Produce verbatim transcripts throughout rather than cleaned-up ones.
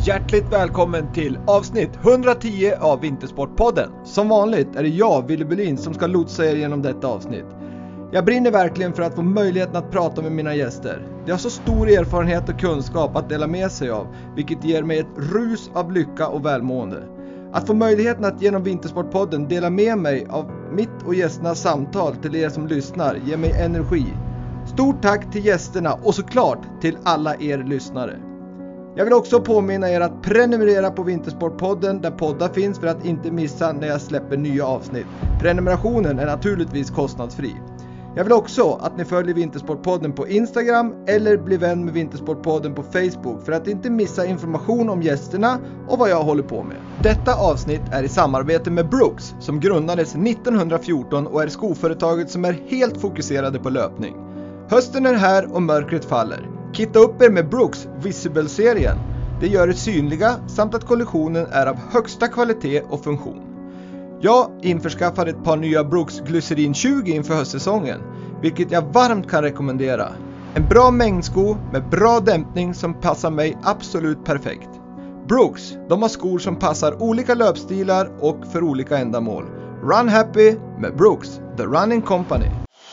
Hjärtligt välkommen till avsnitt etthundratio av Vintersportpodden. Som vanligt är det jag, Ville Berlin, som ska lotsa er genom detta avsnitt. Jag brinner verkligen för att få möjligheten att prata med mina gäster. De har så stor erfarenhet och kunskap att dela med sig av, vilket ger mig ett rus av lycka och välmående. Att få möjligheten att genom Vintersportpodden dela med mig av mitt och gästernas samtal till er som lyssnar ger mig energi. Stort tack till gästerna och såklart till alla er lyssnare. Jag vill också påminna er att prenumerera på Vintersportpodden där poddar finns för att inte missa när jag släpper nya avsnitt. Prenumerationen är naturligtvis kostnadsfri. Jag vill också att ni följer Vintersportpodden på Instagram eller blir vän med Vintersportpodden på Facebook för att inte missa information om gästerna och vad jag håller på med. Detta avsnitt är i samarbete med Brooks som grundades nittonhundrafjorton och är skoföretaget som är helt fokuserade på löpning. Hösten är här och mörkret faller. Kitta upp er med Brooks Visible-serien. Det gör er synliga samt att kollektionen är av högsta kvalitet och funktion. Jag införskaffade ett par nya Brooks Glycerin tjugo inför höstsäsongen, vilket jag varmt kan rekommendera. En bra mängdsko med bra dämpning som passar mig absolut perfekt. Brooks, de har skor som passar olika löpstilar och för olika ändamål. Run happy med Brooks, The Running Company.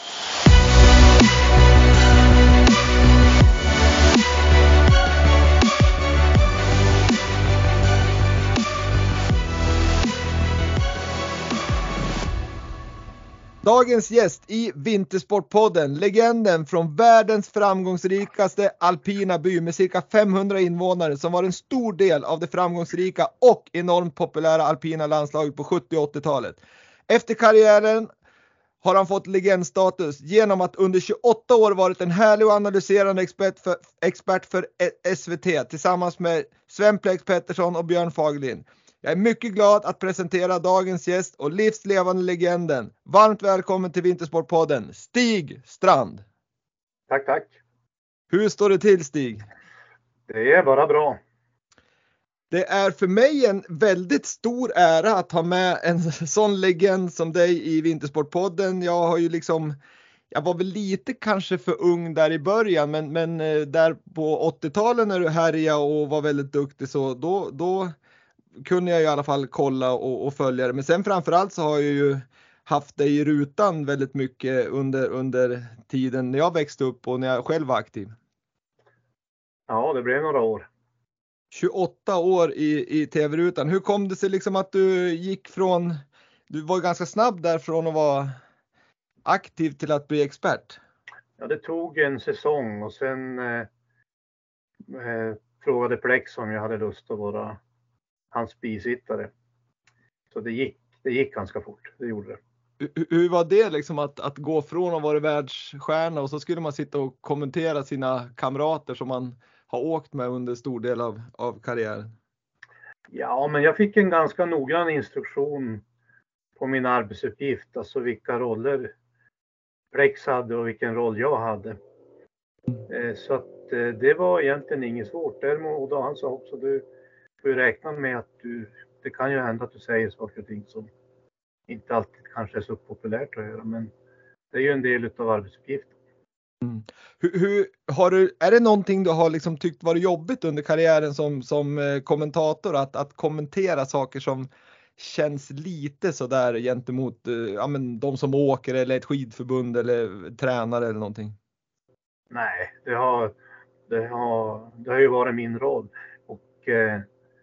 Dagens gäst i Vintersportpodden, legenden från världens framgångsrikaste alpina by med cirka femhundra invånare som var en stor del av det framgångsrika och enormt populära alpina landslaget på sjuttio- och åttiotalet. Efter karriären har han fått legendstatus genom att under tjugoåtta år varit en härlig och analyserande expert för, expert för S V T tillsammans med Sven Plex Pettersson och Björn Fagerlind. Jag är mycket glad att presentera dagens gäst och livslevande legenden. Varmt välkommen till Vintersportpodden, Stig Strand. Tack, tack. Hur står det till, Stig? Det är bara bra. Det är för mig en väldigt stor ära att ha med en sån legend som dig i Vintersportpodden. Jag har ju liksom, jag var väl lite kanske för ung där i början, men, men där på åttiotalet när du härjade och var väldigt duktig så då... då kunde jag i alla fall kolla och, och följa det. Men sen framförallt så har jag ju haft dig i rutan väldigt mycket under, under tiden när jag växte upp och när jag själv var aktiv. Ja, det blev några år. tjugoåtta år i, i tv-rutan. Hur kom det sig liksom att du gick från, du var ganska snabb där från att vara aktiv till att bli expert? Ja, det tog en säsong och sen eh, eh, frågade Plex om jag hade lust att vara hans bisittare. Så det gick, det gick ganska fort, det gjorde det. Hur, hur var det liksom att, att gå från att vara världsstjärna och så skulle man sitta och kommentera sina kamrater som man har åkt med under stor del av, av karriären? Ja, men jag fick en ganska noggrann instruktion på min arbetsuppgift, alltså vilka roller Plex hade och vilken roll jag hade. Eh, så att eh, det var egentligen inget svårt. Däremot då han sa också, du får räkna med att du, det kan ju hända att du säger saker och ting som inte alltid kanske är så populärt att göra, men det är ju en del av arbetsuppgiften. Mm. Hur, hur, har du, är det någonting du har liksom tyckt var jobbigt under karriären som, som kommentator att, att kommentera saker som känns lite sådär gentemot ja, men de som åker eller ett skidförbund eller tränare eller någonting? Nej, det har, det har, det har ju varit min roll och eh,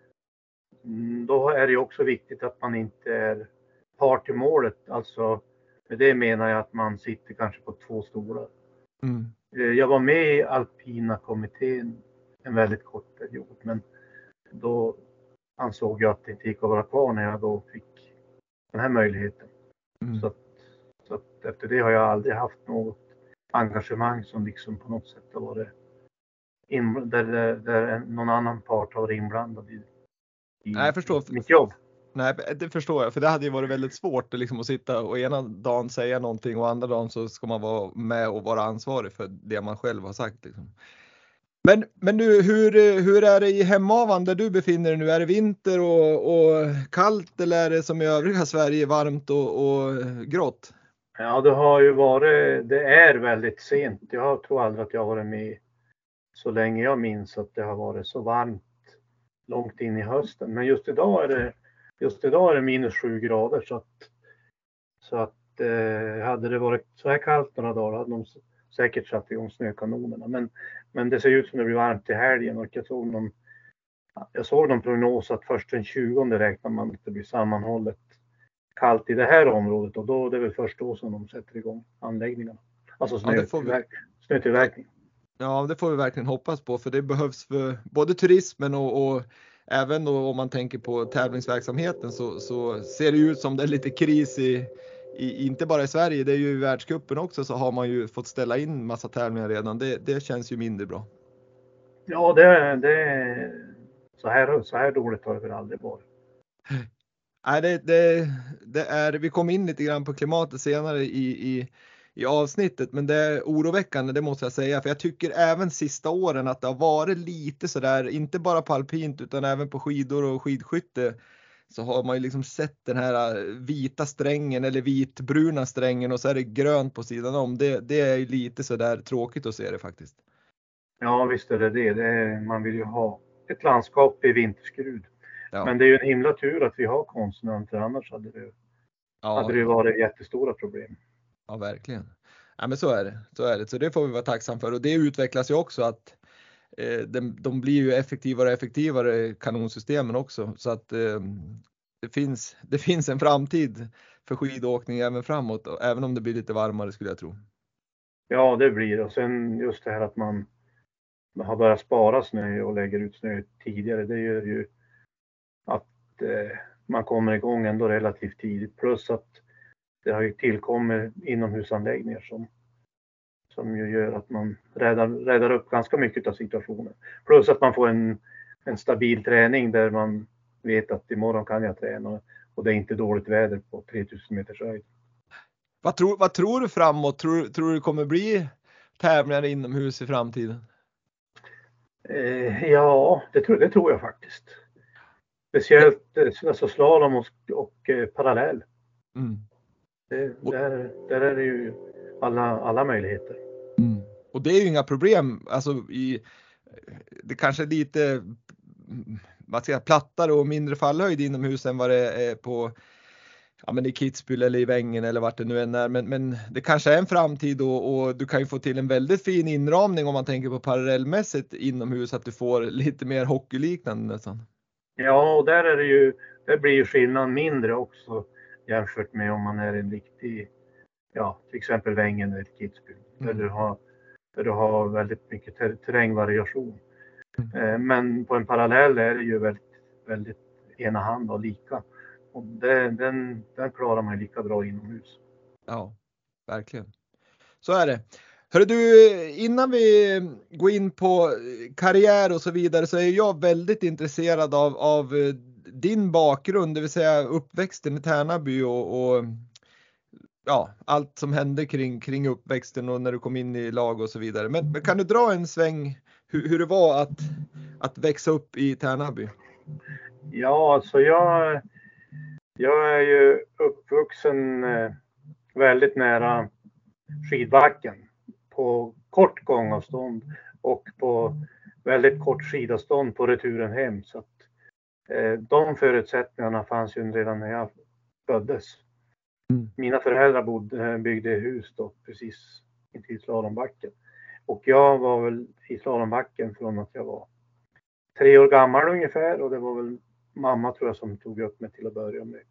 då är det ju också viktigt att man inte är part i målet. Alltså, med det menar jag att man sitter kanske på två stolar. Mm. Jag var med i alpina kommittén en väldigt kort period, men då ansåg jag att det inte gick att vara kvar när jag då fick den här möjligheten. Mm. Så, att, så att efter det har jag aldrig haft något engagemang som liksom på något sätt har varit in, där, där, där någon annan part har varit inblandad i Nej, jag förstår. Mitt jobb. Nej, det förstår jag. För det hade ju varit väldigt svårt liksom, att sitta och ena dagen säga någonting och andra dagen så ska man vara med och vara ansvarig för det man själv har sagt. Liksom. Men, men nu, hur, hur är det i Hemavan där du befinner dig nu? Är det vinter och, och kallt eller är det som i övriga Sverige varmt och, och grått? Ja, det har ju varit, det är väldigt sent. Jag tror aldrig att jag har varit med så länge jag minns att det har varit så varmt långt in i hösten. Men just idag är det, just idag är det minus sju grader så att, så att eh, hade det varit så här kallt några dagar hade de säkert satt igång snökanonerna. Men, men det ser ut som det blir varmt till helgen och jag såg någon, jag såg någon prognos att först den tjugonde räknar man att det blir sammanhållet kallt i det här området och då det är väl först då som de sätter igång anläggningarna. Alltså snö, Ja, det får vi... snötillverkning. Ja, det får vi verkligen hoppas på för det behövs för både turismen och, och även då, om man tänker på tävlingsverksamheten så, så ser det ut som det är lite kris i, i, inte bara i Sverige, det är ju i världscupen också så har man ju fått ställa in massa tävlingar redan. Det, det känns ju mindre bra. Ja, det, det så här, så här dåligt har det väl aldrig varit. Nej, det, det, det är, vi kom in lite grann på klimatet senare i, i, i avsnittet, men det är oroväckande, det måste jag säga. För jag tycker även sista åren att det har varit lite sådär, inte bara på alpint utan även på skidor och skidskytte. Så har man ju liksom sett den här vita strängen eller vitbruna strängen och så är det grönt på sidan om. Det, det är ju lite sådär tråkigt att se det faktiskt. Ja, visst är det det. det är, man vill ju ha ett landskap i vinterskrud. Ja. Men det är ju en himla tur att vi har konsonant, för annars hade det, ja, hade det varit jättestora problem. Ja, verkligen. Ja, men så är det. Så är det. Så det får vi vara tacksam för. Och det utvecklas ju också att eh, de, de blir ju effektivare och effektivare kanonsystemen också. Så att eh, det, finns, det finns en framtid för skidåkning även framåt. Och även om det blir lite varmare skulle jag tro. Ja, det blir det. Och sen just det här att man, man har börjat spara snö och lägger ut snö tidigare. Det gör ju att eh, man kommer igång ändå relativt tidigt. Plus att det har ju tillkommit inomhusanläggningar som, som ju gör att man räddar, räddar upp ganska mycket av situationen. Plus att man får en, en stabil träning där man vet att imorgon kan jag träna och det är inte dåligt väder på tre tusen meters höjd. Vad tror, vad tror du framåt? Tror, tror du det kommer bli tävlingar inomhus i framtiden? Eh, ja, det tror, det tror jag faktiskt. Speciellt eh, alltså slalom och, och eh, parallell. Mm. Det, där, där är det ju alla, alla möjligheter. Mm. Och det är ju inga problem. Alltså i, det kanske är lite vad ska jag, plattare och mindre fallhöjd inomhus än vad det är på ja, men i Kitzbühel eller i Wengen eller vart det nu än är. Men, men det kanske är en framtid och, och du kan ju få till en väldigt fin inramning om man tänker på parallellmässigt inomhus att du får lite mer hockeyliknande nästan. Ja, och där är det ju, där blir ju skillnaden mindre också jämfört med om man är en riktig, ja, till exempel Wengen eller Kitzbühel. Mm. Där, du har, där du har väldigt mycket ter- terrängvariation. Mm. Eh, men på en parallell är det ju väldigt, väldigt enahand och lika. Och det, den, den klarar man lika bra inomhus. Ja, verkligen. Så är det. Hörru du, innan vi går in på karriär och så vidare så är jag väldigt intresserad av, av din bakgrund, det vill säga uppväxten i Tärnaby och, och ja, allt som hände kring, kring uppväxten och när du kom in i lag och så vidare. Men, men kan du dra en sväng hur, hur det var att, att växa upp i Tärnaby? Ja, alltså jag, jag är ju uppvuxen väldigt nära skidbacken på kort gångavstånd och på väldigt kort skidavstånd på returen hem. Så att, eh, de förutsättningarna fanns ju redan när jag föddes. Mm. Mina föräldrar bodde, byggde hus då precis intill slalombacken. Och jag var väl i slalombacken från att jag var tre år gammal ungefär. Och det var väl mamma tror jag som tog upp mig till att börja med.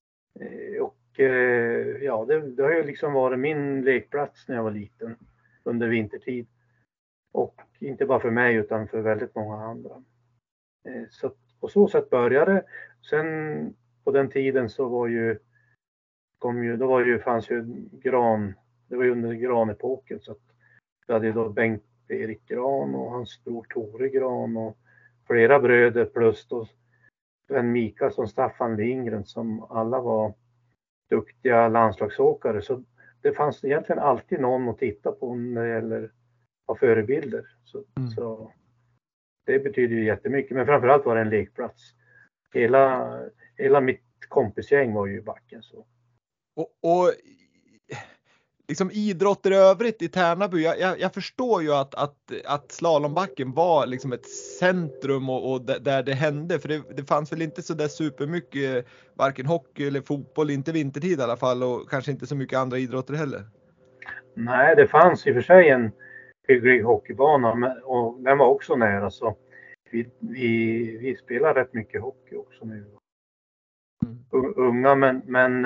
Eh, och eh, ja, det, det har ju liksom varit min lekplats när jag var liten under vintertid. Och inte bara för mig utan för väldigt många andra. Eh, så på så sätt började det. Sen på den tiden så var ju, kom ju, då var ju, fanns ju gran, det var ju under granepoken så att vi hade ju då Bengt-Erik Gran och hans bror Tore Gran och flera bröder plus då en Mika som Staffan Lindgren som alla var duktiga landslagsåkare. Så det fanns egentligen alltid någon att titta på när det gäller av förebilder. Så, mm. så det betyder ju jättemycket. Men framförallt var det en lekplats. Hela, hela mitt kompisgäng var ju i backen. Så. Och, och liksom idrotter i övrigt i Tärnaby. Jag, jag, jag förstår ju att, att, att slalombacken var liksom ett centrum och, och där det hände. För det, det fanns väl inte så där supermycket, varken hockey eller fotboll, inte vintertid i alla fall. Och kanske inte så mycket andra idrotter heller. Nej, det fanns i och för sig en hygglig hockeybana, men, och den var också nära. Så vi, vi, vi spelar rätt mycket hockey också nu. Mm. Unga, men, men,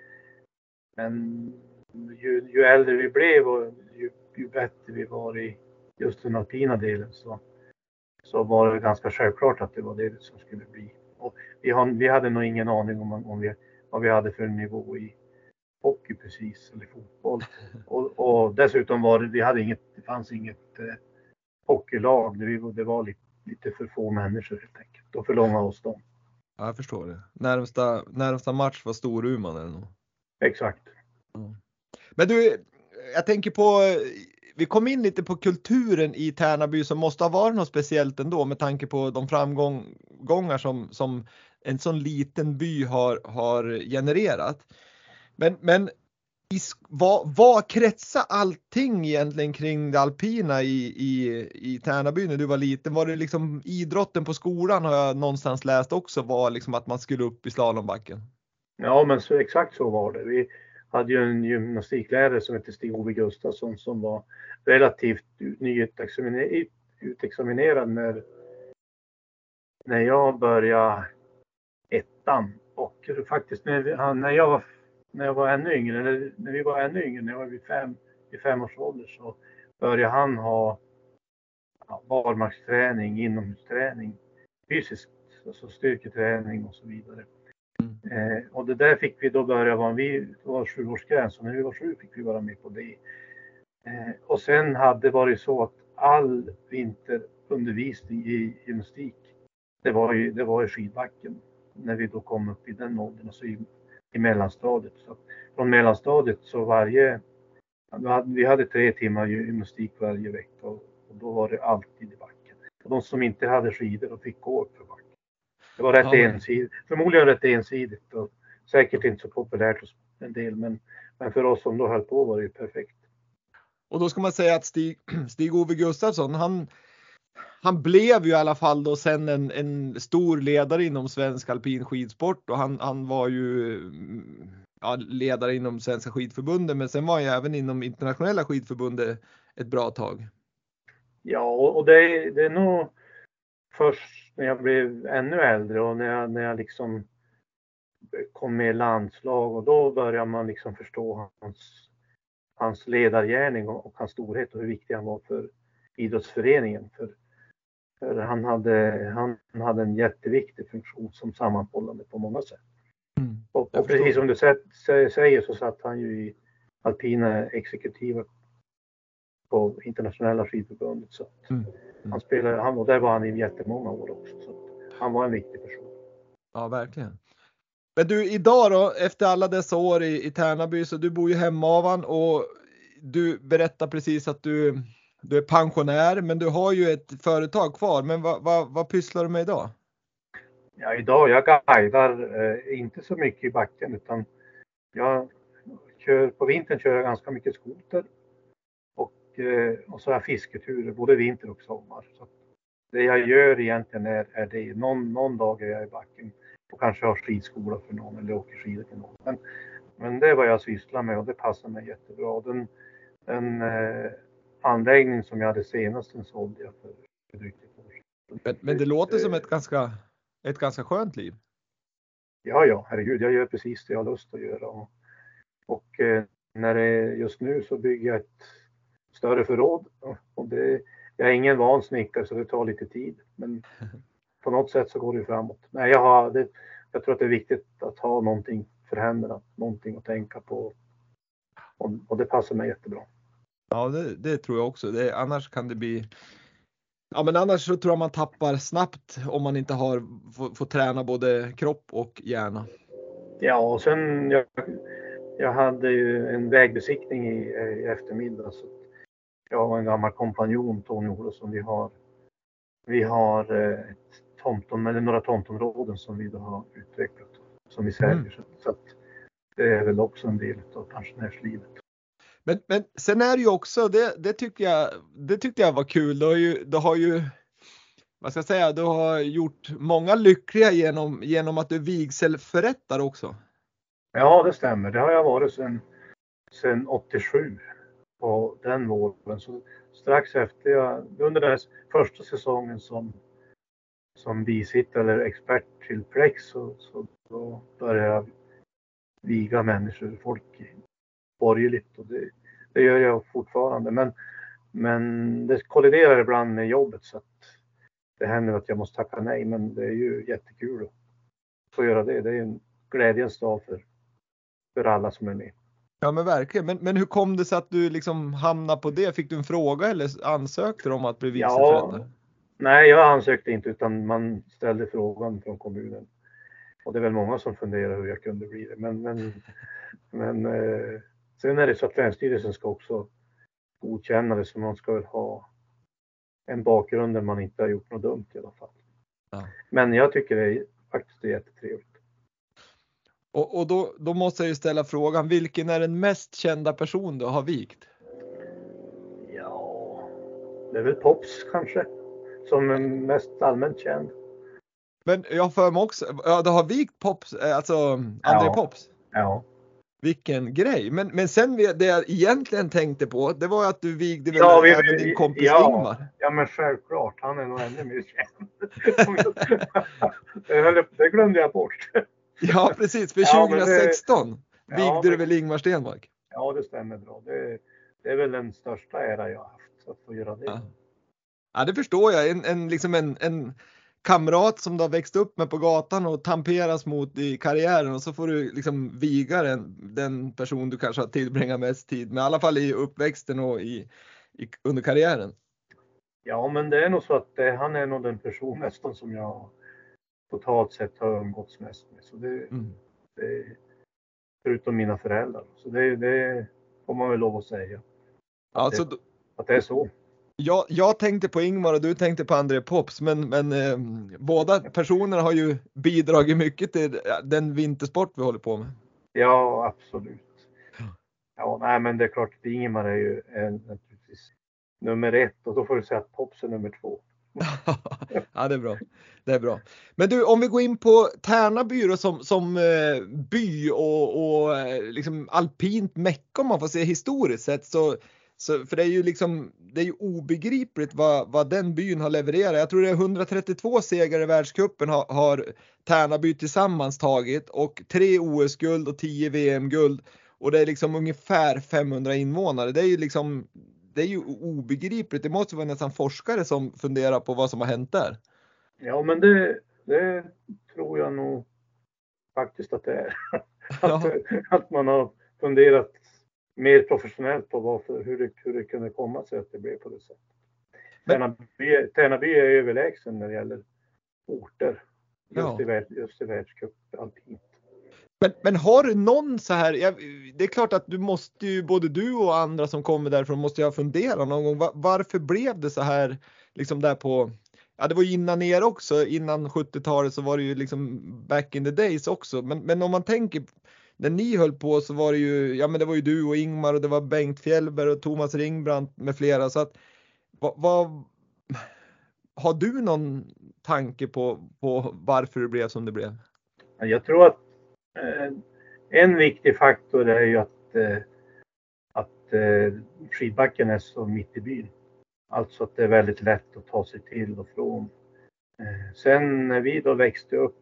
men ju, ju äldre vi blev och ju, ju bättre vi var i just den alpina delen så, så var det ganska självklart att det var det som skulle bli. Och vi, har, vi hade nog ingen aning om, om vi, vad vi hade för nivå i hockey precis, eller fotboll. Och, och dessutom var det, vi hade inget, det fanns inget eh, hockeylag. Det, det var lite, lite för få människor helt enkelt. Och för långa avstånd. Ja, jag förstår det. Närmsta, närmsta match var Storuman eller något. Exakt. Mm. Men du, jag tänker på, vi kom in lite på kulturen i Tärnaby som måste ha varit något speciellt ändå med tanke på de framgångar som, som en sån liten by har, har genererat. Men, men i, vad, vad kretsar allting egentligen kring det alpina i, i, i Tärnaby när du var liten? Var det liksom idrotten på skolan, har jag någonstans läst också, var liksom att man skulle upp i slalombacken? Ja, men så, exakt så var det. Vi hade ju en gymnastiklärare som hette Stig-Ove Gustafsson som var relativt nyutexaminerad utexaminerad när, när jag började ettan. Och faktiskt när, vi, när, jag var, när jag var ännu yngre, eller när vi var ännu yngre, när jag var vid fem, vid fem års ålder så började han ha ja, barmarksträning, inomhusträning, fysiskt, alltså styrketräning och så vidare. Eh, och det där fick vi då börja vara, vi var sjuårsgräns och när vi var sju fick vi vara med på det. Eh, och sen hade det varit så att all vinterundervisning i gymnastik, det var ju, det var i skidbacken när vi då kom upp i den åldern, alltså i, i mellanstadiet. Så från mellanstadiet så varje, vi hade tre timmar gymnastik varje vecka och, och då var det alltid i backen. Och de som inte hade skidor, de fick gå upp för backen. Det var rätt ja, ensidigt, förmodligen rätt ensidigt och säkert inte så populärt hos en del, men, men för oss som då höll på var det ju perfekt. Och då ska man säga att Stig, Stig-Ove Gustafsson, han, han blev ju i alla fall då sen en, en stor ledare inom svensk alpin skidsport och han, han var ju ja, ledare inom Svenska skidförbundet, men sen var han ju även inom internationella skidförbundet ett bra tag. Ja, och det, det är nog först när jag blev ännu äldre och när jag, när jag liksom kom med i landslag och då började man liksom förstå hans, hans ledargärning och, och hans storhet och hur viktig han var för idrottsföreningen. För, för han, hade, han hade en jätteviktig funktion som sammanhållande på många sätt. Mm, och, och precis som du säger så satt han ju i alpina exekutiva på internationella skidförbundet. Så mm. Mm. Han spelade, han, och där var han i jättemånga år också. Så han var en viktig person. Ja, verkligen. Men du, idag då, efter alla dessa år i, i Tärnaby, så du bor ju hemmavan och du berättar precis att du, du är pensionär, men du har ju ett företag kvar. Men vad, vad, vad pysslar du med idag? Ja, idag jag guidar eh, inte så mycket i backen utan jag kör, på vintern kör jag ganska mycket skoter. Och, eh, och så har jag fisketurer både vinter och sommar. Så det jag gör egentligen är, är det. Någon, någon dag är jag i backen och kanske har skidskola för någon eller åker skidor för någon. Men, men det är vad jag sysslar med och det passar mig jättebra. Den, den eh, anläggning som jag hade senast den sålde jag för, för drygt ett år sedan. Men, men det låter som ett ganska, ett ganska skönt liv. Ja, ja, herregud. Jag gör precis det jag har lust att göra. Och, och eh, när det är just nu så bygger jag ett större förråd. Och det, jag är ingen van snickare så det tar lite tid. Men på något sätt så går det framåt. Nej, jag, har, det, jag tror att det är viktigt att ha någonting för händerna. Någonting att tänka på. Och, och det passar mig jättebra. Ja, det, det tror jag också. Det, annars kan det bli... Ja, men annars så tror jag man tappar snabbt om man inte har får, får träna både kropp och hjärna. Ja, och sen jag, jag hade ju en vägbesiktning i, i eftermiddag. Så jag har en gammal kompanjon, Tony Olsson. Vi har, vi har ett tomtom, eller några tomtområden som vi då har utvecklat som vi säljer. Mm. Så att det är väl också en del av pensionärslivet. Men, men sen är det ju också, det, det, tycker jag, det tyckte jag var kul. Du har ju, du har ju vad ska jag säga, du har gjort många lyckliga genom, genom att du vigselförrättar också. Ja, det stämmer. Det har jag varit sedan sedan åttiosju på den våren. Så strax efter jag, under den första säsongen som, som bisittare eller expert till Plex, så, så då började jag viga människor, folk borgerligt, och det, det gör jag fortfarande. Men, men det kolliderar ibland med jobbet, så att det händer att jag måste tacka nej, men det är ju jättekul att få göra det. Det är en glädjens dag för, för alla som är med. Ja, men verkligen. Men, men hur kom det sig att du liksom hamnade på det? Fick du en fråga eller ansökte du om att bli vigselförrättare? Ja, nej, jag ansökte inte, utan man ställde frågan från kommunen. Och det är väl många som funderar hur jag kunde bli det. Men, men, men eh, sen är det så att Länsstyrelsen ska också godkänna det, så man ska väl ha en bakgrund där man inte har gjort något dumt i alla fall. Ja. Men jag tycker det är faktiskt jättetrevligt. Och, och då, då måste jag ju ställa frågan, vilken är den mest kända person du har vigt? Ja, det är väl Pops kanske, som är mest allmänt känd. Men jag för mig också, ja, du har vigt Pops, alltså André Ja. Pops. Ja. Vilken grej. Men, men sen det jag egentligen tänkte på, det var att du vigde väl Ja, vi, även din kompis ja, Ingmar. Ja, men självklart. Han är nog ännu mer känd. Det glömde jag bort. Ja, precis. För Ja, men det- tjugohundrasexton Ja, vigde du men- väl Ingmar Stenmark? Ja, det stämmer bra. Det, det är väl den största ära jag har haft, att få göra det. Ja, ja det förstår jag. En, en, liksom en, en kamrat som du har växt upp med på gatan och tamperas mot i karriären, och så får du liksom viga den, den person du kanske har tillbringat mest tid med, i alla fall i uppväxten och i, i, under karriären. Ja, men det är nog så att det, han är nog den person nästan som jag totalt sett har umgåtts mest med. Så det, Mm. det förutom mina föräldrar. Så det, det får man väl lov att säga. Att, Alltså, det, att det är så. Jag, jag tänkte på Ingmar och du tänkte på André Pops, men, men eh, båda personerna har ju bidragit mycket till den vintersport vi håller på med. Ja, absolut. Ja, nej, men det är klart att Ingemar är ju är naturligtvis nummer ett, och då får du säga att Pops är nummer två. Ja, det är bra. Det är bra. Men du, om vi går in på Tärnaby då, som, som eh, by och, och eh, liksom alpint mecka, om man får se historiskt sett, så Så, för det är ju liksom, det är ju obegripligt vad, vad den byn har levererat. Jag tror det är hundratrettiotvå segrar i världscupen har, har Tärnaby tillsammans tagit, och tre O S-guld och tio V M-guld. Och det är liksom ungefär femhundra invånare. Det är ju liksom, det är ju obegripligt. Det måste vara nästan forskare som funderar på vad som har hänt där. Ja, men det, det tror jag nog faktiskt att det är. Att, att man har funderat mer professionellt på varför, hur, det, hur det kunde komma sig att det blev på det sättet. Tärnaby, Tärnaby är överlägsen när det gäller orter. Just, ja. i, just i världscup alpint. Men, men har du någon så här, jag, det är klart att du måste ju, både du och andra som kommer därifrån måste ju ha funderat någon gång, var, varför blev det så här liksom där på, ja det var ju innan er också, innan sjuttiotalet så var det ju liksom back in the days också, men, men om man tänker, när ni höll på så var det ju, ja men det var ju du och Ingmar och det var Bengt Fjällberg och Thomas Ringbrandt med flera, så att vad, vad har du någon tanke på, på varför det blev som det blev? Jag tror att eh, en viktig faktor är ju att, eh, att eh, skidbacken är så mitt i byn. Alltså att det är väldigt lätt att ta sig till och från. Eh, sen när vi då växte upp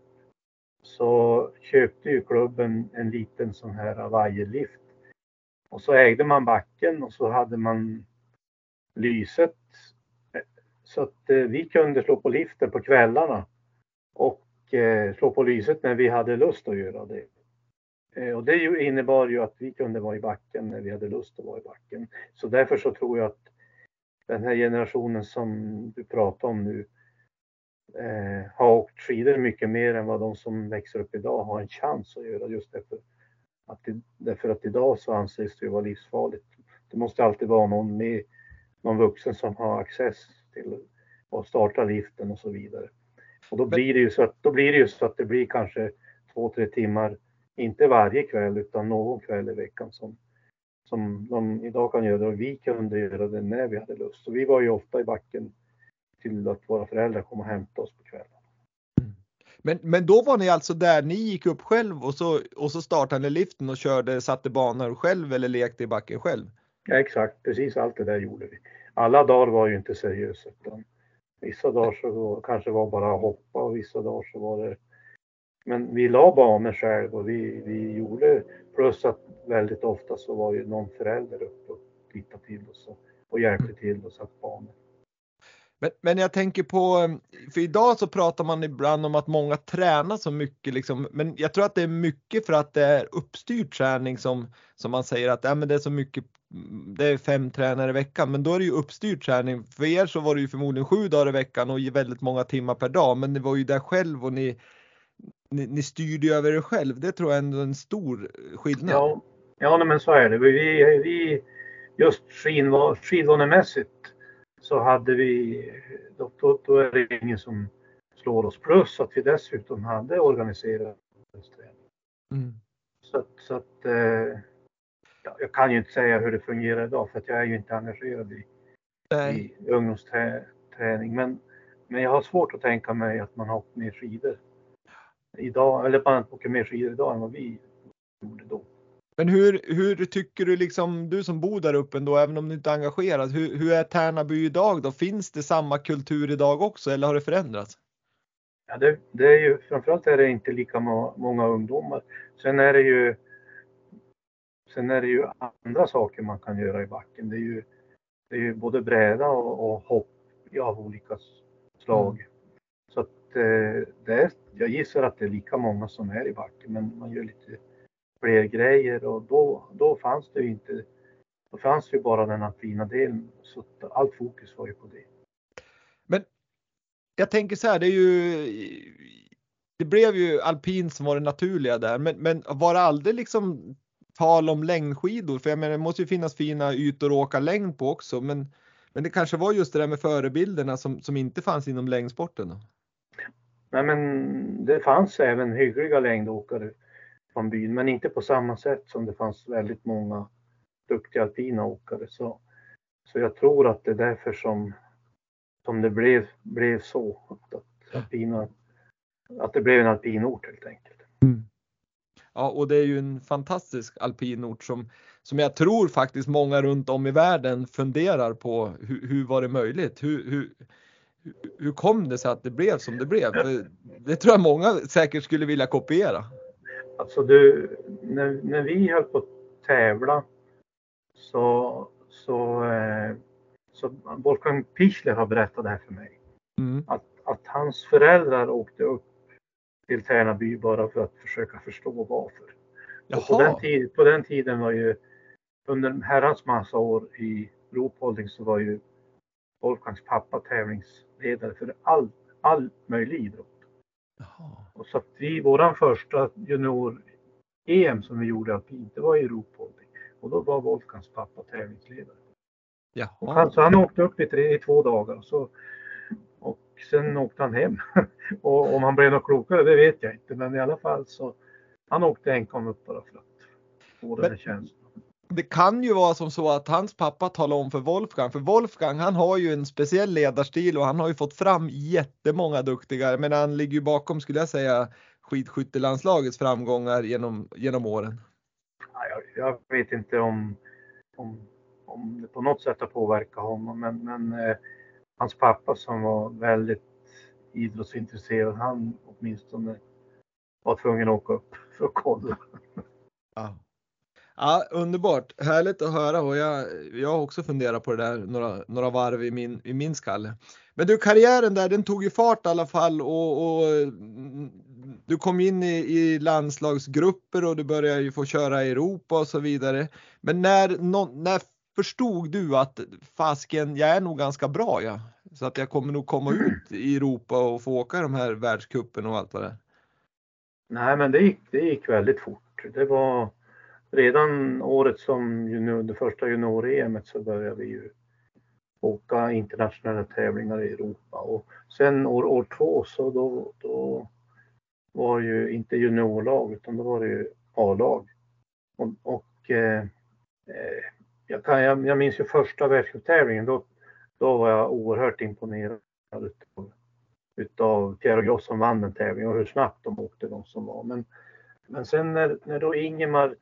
så köpte ju klubben en liten sån här vajerlift. Och så ägde man backen och så hade man lyset. Så att eh, vi kunde slå på liften på kvällarna och eh, slå på lyset när vi hade lust att göra det. Eh, och det ju innebar ju att vi kunde vara i backen när vi hade lust att vara i backen. Så därför så tror jag att den här generationen som du pratar om nu eh, har åkt skidor mycket mer än vad de som växer upp idag har en chans att göra, just därför att, därför att idag så anses det ju vara livsfarligt. Det måste alltid vara någon med, någon vuxen som har access till att starta liften och så vidare. Och då blir det ju så att, då blir det ju så att det blir kanske två, tre timmar, inte varje kväll utan någon kväll i veckan som, som de idag kan göra, och vi kunde göra det när vi hade lust. Så vi var ju ofta i backen till att våra föräldrar kom och hämtade oss på kvällen. Men, men då var ni alltså där, ni gick upp själv och så, och så startade ni liften och körde, satte banor själv eller lekte i backen själv? Ja, exakt, precis allt det där gjorde vi. Alla dagar var ju inte seriösa, utan vissa dagar så var, kanske var bara att hoppa och vissa dagar så var det, men vi la banor själv och vi, vi gjorde, plus att väldigt ofta så var ju någon förälder uppe och tittade till oss och, och hjälpte till och satt banor. Men, men jag tänker på, för idag så pratar man ibland om att många tränar så mycket liksom, men jag tror att det är mycket för att det är uppstyrd träning som, som man säger att ja, men det är så mycket, det är fem tränare i veckan, men då är det ju uppstyrd träning. För er så var det ju förmodligen sju dagar i veckan och väldigt många timmar per dag, men det var ju där själv och ni, ni, ni styrde ju över er själv. Det tror jag är en stor skillnad. Ja, ja men så är det. Vi, vi just skidvanemässigt så hade vi, då, då, då är det ingen som slår oss, plus att vi dessutom hade organiserat träning. Mm. Så att, så att eh, ja, jag kan ju inte säga hur det fungerar idag för att jag är ju inte engagerad i, i ungdomsträning, men, men jag har svårt att tänka mig att man har åkt mer skidor idag, eller man åker mer skidor idag än vad vi gjorde då. Men hur, hur tycker du liksom, du som bor där uppe ändå, även om du inte är engagerad, hur, hur är Tärnaby idag då? Finns det samma kultur idag också eller har det förändrats? Ja, det, det är ju, framförallt är det inte lika må, många ungdomar. Sen är det ju sen är det ju andra saker man kan göra i backen. Det är ju, det är ju både bräda och, och hopp av olika slag. Mm. Så att eh, det är, jag gissar att det är lika många som är i backen, men man gör lite fler grejer och då, då fanns det ju inte, då fanns det ju bara den alpina delen, så att allt fokus var ju på det. Men jag tänker så här, det är ju, det blev ju alpin som var det naturliga där, men, men var det aldrig liksom tal om längdskidor? För jag menar, det måste ju finnas fina ytor att åka längd på också, men, men det kanske var just det där med förebilderna som, som inte fanns inom längdsporten då? Nej, men det fanns även hyggliga längdåkare från byn, men inte på samma sätt som det fanns väldigt många duktiga alpina åkare. Så, så jag tror att det är därför som, som det blev, blev så. Att, alpina, att det blev en alpinort helt enkelt. Mm. Ja, och det är ju en fantastisk alpinort som, som jag tror faktiskt många runt om i världen funderar på. Hur, hur var det möjligt? Hur, hur, hur kom det sig att det blev som det blev? För det tror jag många säkert skulle vilja kopiera. Alltså du, när, när vi höll på att tävla så, så, eh, så Wolfgang Pichler har berättat det här för mig. Mm. Att, att hans föräldrar åkte upp till Tärnaby bara för att försöka förstå varför. Och på, den tid, på den tiden var ju, under en herrans massa år i ropholding så var ju Wolfgangs pappa tävlingsledare för all, all möjlig idrott. Jaha. Och så att vi, våran första junior-E M som vi gjorde alpint, det var i ropholding. Och då var Wolfgangs pappa tävlingsledare. Jaha. Och han, så han åkte upp i, tre, i två dagar och, så, och sen åkte han hem. Och om han blev något klokare, det vet jag inte. Men i alla fall så, han åkte enkom upp bara för att få den här tjänsten. Det kan ju vara som så att hans pappa talar om för Wolfgang. För Wolfgang, han har ju en speciell ledarstil och han har ju fått fram jättemånga duktiga. Men han ligger ju bakom, skulle jag säga, skidskyttelandslagets framgångar genom, genom åren. Jag, jag vet inte om, om, om det på något sätt har påverkat honom. Men, men eh, hans pappa som var väldigt idrottsintresserad, han åtminstone var tvungen att åka upp för att kolla. Ja. Ja, underbart. Härligt att höra och jag, jag har också funderat på det där några, några varv i min, i min skalle. Men du, karriären där, den tog ju fart i alla fall och, och du kom in i, i landslagsgrupper och du började ju få köra i Europa och så vidare. Men när, no, när förstod du att fasken, jag är nog ganska bra, ja, så att jag kommer nog komma ut i Europa och få åka de här världscupen och allt vad det är? Nej, men det gick, det gick väldigt fort. Det var redan året som junior, det första junior-E M så började vi ju åka internationella tävlingar i Europa. Och sen år, år två så då, då var ju inte juniorlag utan då var det ju A-lag. Och, och eh, eh, jag, kan, jag, jag minns ju första världscuptävlingen, då, då var jag oerhört imponerad utav, utav Piero Gross som vann den tävlingen och hur snabbt de åkte de som var. Men, men sen när, när då Ingemar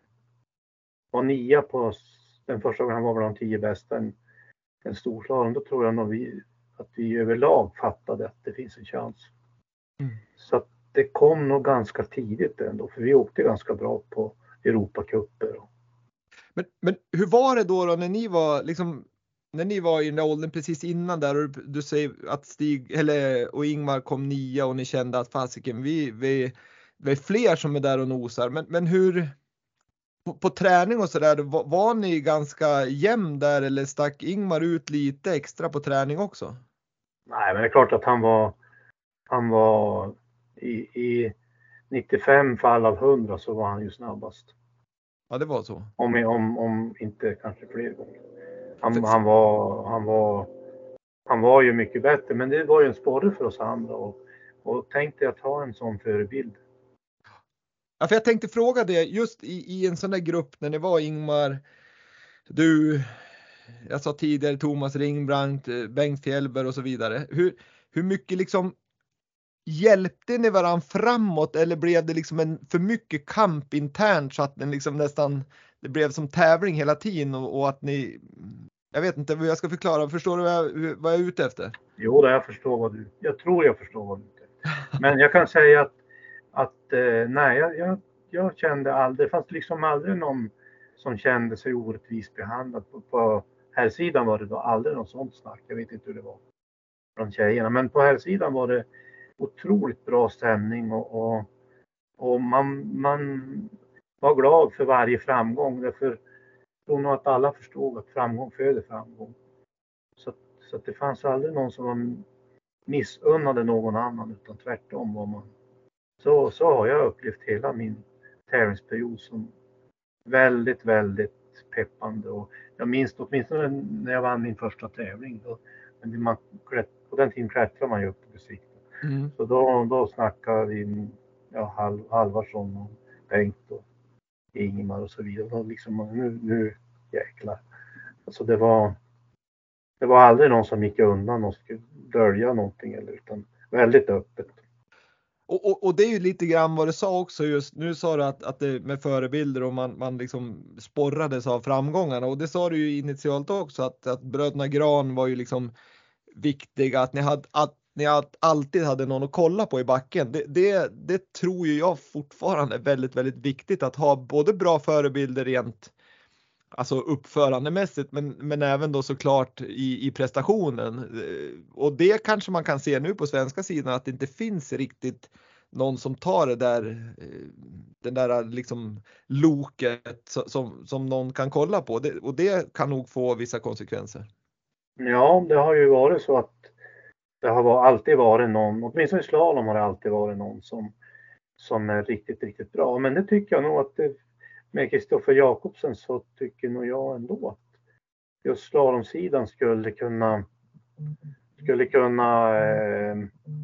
var nia på den första gången, han var bland de tio bästa, en, en storslalom, då tror jag nog vi, att vi överlag fattade att det finns en chans. Mm. Så att det kom nog ganska tidigt ändå, för vi åkte ganska bra på Europacuper. Men, men hur var det då, då när ni var liksom, när ni var i den där åldern precis innan där, och du, du säger att Stig eller, och Ingmar kom nia och ni kände att fasiken, vi, vi, vi är fler som är där och nosar. Men, men hur, på, på träning och sådär, var, var ni ganska jämn där eller stack Ingmar ut lite extra på träning också? Nej, men det är klart att han var, han var i, i nittiofem fall av hundra så var han ju snabbast. Ja, det var så. Om, om, om inte kanske fler gånger. Han, han, var, han, var, han var ju mycket bättre, men det var ju en sporre för oss andra. Och, och tänkte att ha en sån förebild. Ja, för jag tänkte fråga det, just i, i en sån där grupp när det var Ingmar, du, jag sa tidigare Thomas Ringbrandt, Bengt Fjällberg och så vidare. Hur, hur mycket liksom hjälpte ni varann framåt, eller blev det liksom en för mycket kamp internt så att den liksom nästan, det blev som tävling hela tiden och, och att ni, jag vet inte hur jag ska förklara, förstår du vad jag, vad jag är ute efter? Jo, jag förstår vad du, jag tror jag förstår vad du är ute efter. Men jag kan säga att, att eh, nej, jag, jag, jag kände aldrig, det fanns liksom aldrig någon som kände sig orättvist behandlad. På, på här sidan var det då aldrig något sånt snack, jag vet inte hur det var bland tjejerna, men på här sidan var det otroligt bra stämning och, och, och man, man var glad för varje framgång. Därför jag tror nog att alla förstod att framgång föder framgång. Så, så att det fanns aldrig någon som var missunnade någon annan, utan tvärtom var man. Så, så har jag upplevt hela min tävlingsperiod som väldigt, väldigt peppande. Och jag minns åtminstone när jag vann min första tävling. Då, men man, på den tiden klättrade man ju upp på besiktningen. Mm. Så då, då snackade vi ja, Hal, Halvarsson och Bengt och Ingemar och så vidare. Då liksom, nu, nu jäklar. Alltså det var, det var aldrig någon som gick undan och skulle dölja någonting, eller, utan väldigt öppet. Och, och, och det är ju lite grann vad du sa också just, nu sa du att, att det med förebilder och man, man liksom sporrades av framgångarna, och det sa du ju initialt också att, att bröderna Gran var ju liksom viktiga, att ni hade, att ni alltid hade någon att kolla på i backen. Det, det, det tror ju jag fortfarande är väldigt, väldigt viktigt, att ha både bra förebilder rent alltså uppförandemässigt, men, men även då såklart i, i prestationen. Och det kanske man kan se nu på svenska sidan, att det inte finns riktigt någon som tar det där, den där liksom loket som, som någon kan kolla på. Det, och det kan nog få vissa konsekvenser. Ja, det har ju varit så att det har alltid varit någon, åtminstone i slalom har det alltid varit någon som, som är riktigt, riktigt bra. Men det tycker jag nog att det, med Kristoffer Jakobsen så tycker nog jag ändå att just slalomsidan skulle kunna, skulle kunna eh,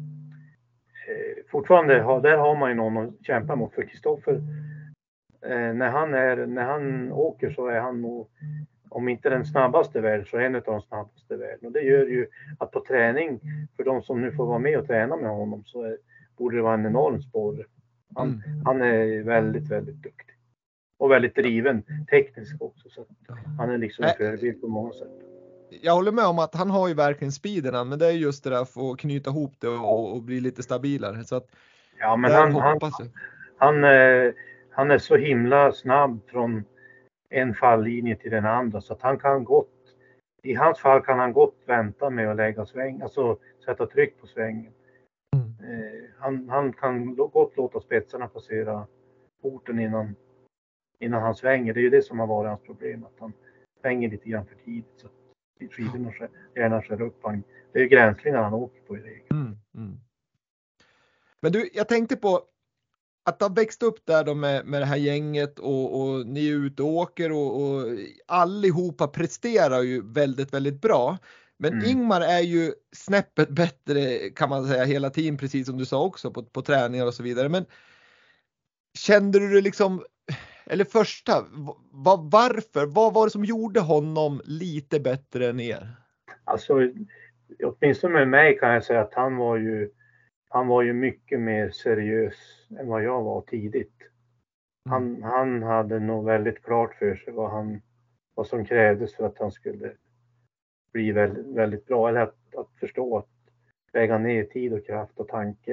fortfarande ha, där har man ju någon att kämpa mot. För Kristoffer, eh, när han är, när han åker så är han nog, om inte den snabbaste världen, så är en av de snabbaste världen. Och det gör ju att på träning, för de som nu får vara med och träna med honom, så är, borde det vara en enorm sporre. Han, mm. han är väldigt, väldigt duktig. Och väldigt driven, teknisk också. Så han är liksom en förebild på många sätt. Jag håller med om att han har ju verkligen speeden, men det är just det där för att knyta ihop det och, och bli lite stabilare. Så att, ja, men han, han, han, är, han är så himla snabb från en falllinje till den andra, så att han kan gott, i hans fall kan han gott vänta med att lägga sväng, alltså sätta tryck på svängen. Mm. Eh, han, han kan gott låta spetsarna passera porten innan, innan han svänger. Det är ju det som har varit hans problem, att han svänger lite grann för tidigt så att skidorna gärna skär upp. Han, det är ju gränslingar han åker på i regel. Mm. Mm. Men du, jag tänkte på att ha växt upp där då med, med det här gänget och, och ni är ute och åker och, och allihopa presterar ju väldigt, väldigt bra. Men mm. Ingmar är ju snäppet bättre kan man säga hela tiden, precis som du sa också på, på träningar och så vidare. Men kände du det liksom, eller första, vad, varför, vad var det som gjorde honom lite bättre än er? Alltså, åtminstone med mig kan jag säga att han var ju, han var ju mycket mer seriös än vad jag var tidigt. Han, mm. han hade nog väldigt klart för sig vad, han, vad som krävdes för att han skulle bli väldigt, väldigt bra. Eller att, att förstå att väga ner tid och kraft och tanke.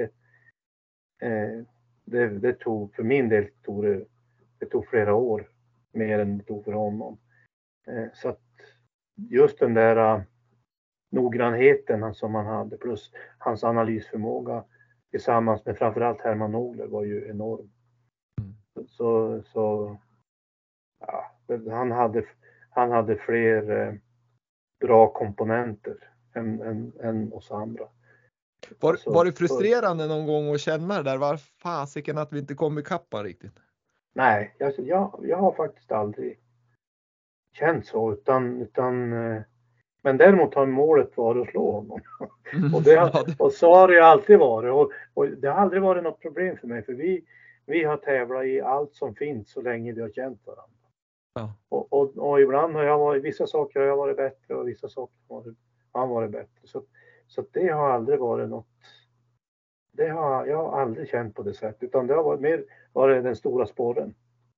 Eh, det, det tog, för min del tog det, det tog flera år mer än det tog för honom. Eh, så att just den där uh, noggrannheten som han hade plus hans analysförmåga tillsammans med framförallt Herman Nogler var ju enorm. Mm. Så, så ja, han, hade, han hade fler eh, bra komponenter än, än, än oss andra. Var, så, var det frustrerande så, någon gång att känna det där? Var fasiken att vi inte kom i kappan riktigt? Nej, jag, jag, jag har faktiskt aldrig känt så utan, utan men däremot har målet varit att slå honom. och, det har, och så har det alltid varit och, och det har aldrig varit något problem för mig för vi, vi har tävlat i allt som finns så länge vi har känt varandra. Ja. Och, och, och ibland har jag varit, vissa saker har jag varit bättre och vissa saker har han varit bättre. Så, så det har aldrig varit något, det har jag har aldrig känt på det sättet utan det har varit mer varit den stora spåren.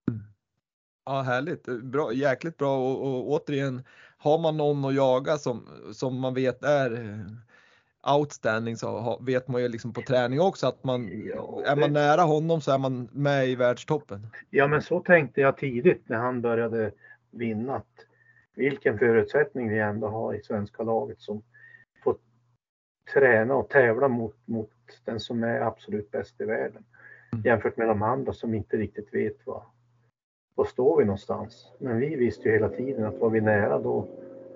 Ja, härligt. Bra, jäkligt bra och, och återigen har man någon att jaga som, som man vet är outstanding så ha, vet man ju liksom på träning också att man ja, är man det... nära honom så är man med i världstoppen. Ja, men så tänkte jag tidigt när han började vinna att vilken förutsättning vi ändå har i svenska laget som får träna och tävla mot, mot den som är absolut bäst i världen. Mm. Jämfört med de andra som inte riktigt vet vad Var står vi någonstans? Men vi visste ju hela tiden att var vi nära då,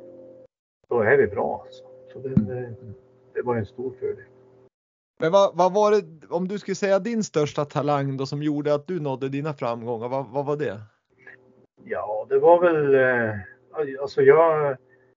då är vi bra. Alltså. Så det, det, det var en stor fördel. Men vad, vad var det, om du skulle säga din största talang då som gjorde att du nådde dina framgångar, vad, vad var det? Ja, det var väl, eh, alltså jag,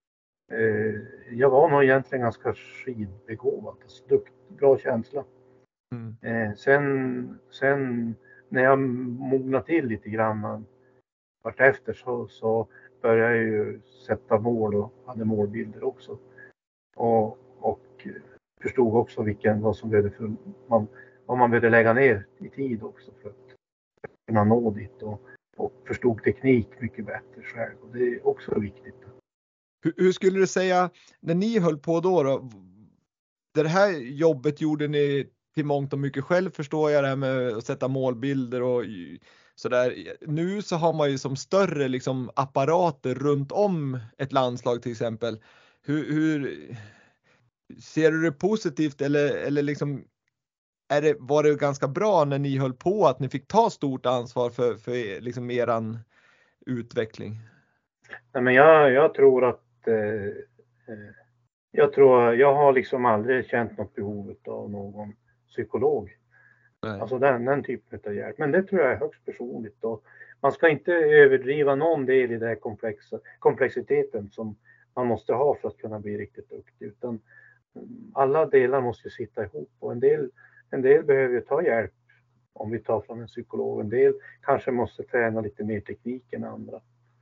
eh, jag var nog egentligen ganska skidbegåvad. Alltså, dukt, bra känsla. Mm. Eh, sen, sen när jag mognade till lite grann vart efter så, så började jag ju sätta mål och hade målbilder också. Och, och förstod också vilken, vad som behövde för, man, vad man behövde lägga ner i tid också för att kunna nå dit. Och, och förstod teknik mycket bättre själv. Och det är också viktigt. Hur, hur skulle du säga, när ni höll på då, då det här jobbet gjorde ni till mångt och mycket själv förstår jag det här med att sätta målbilder och sådär. Nu så har man ju som större liksom apparater runt om ett landslag till exempel. Hur, hur ser du det positivt eller, eller liksom är det, var det ganska bra när ni höll på att ni fick ta stort ansvar för, för liksom eran utveckling? Nej, men jag, jag tror att eh, jag tror jag har liksom aldrig känt något behov av någon psykolog. Nej. Alltså den, den typen av hjälp. Men det tror jag är högst personligt. Och man ska inte överdriva någon del i den här komplexa, komplexiteten som man måste ha för att kunna bli riktigt duktig. Utan alla delar måste sitta ihop. Och en del, en del behöver ju ta hjälp om vi tar från en psykolog. En del kanske måste träna lite mer teknik än andra.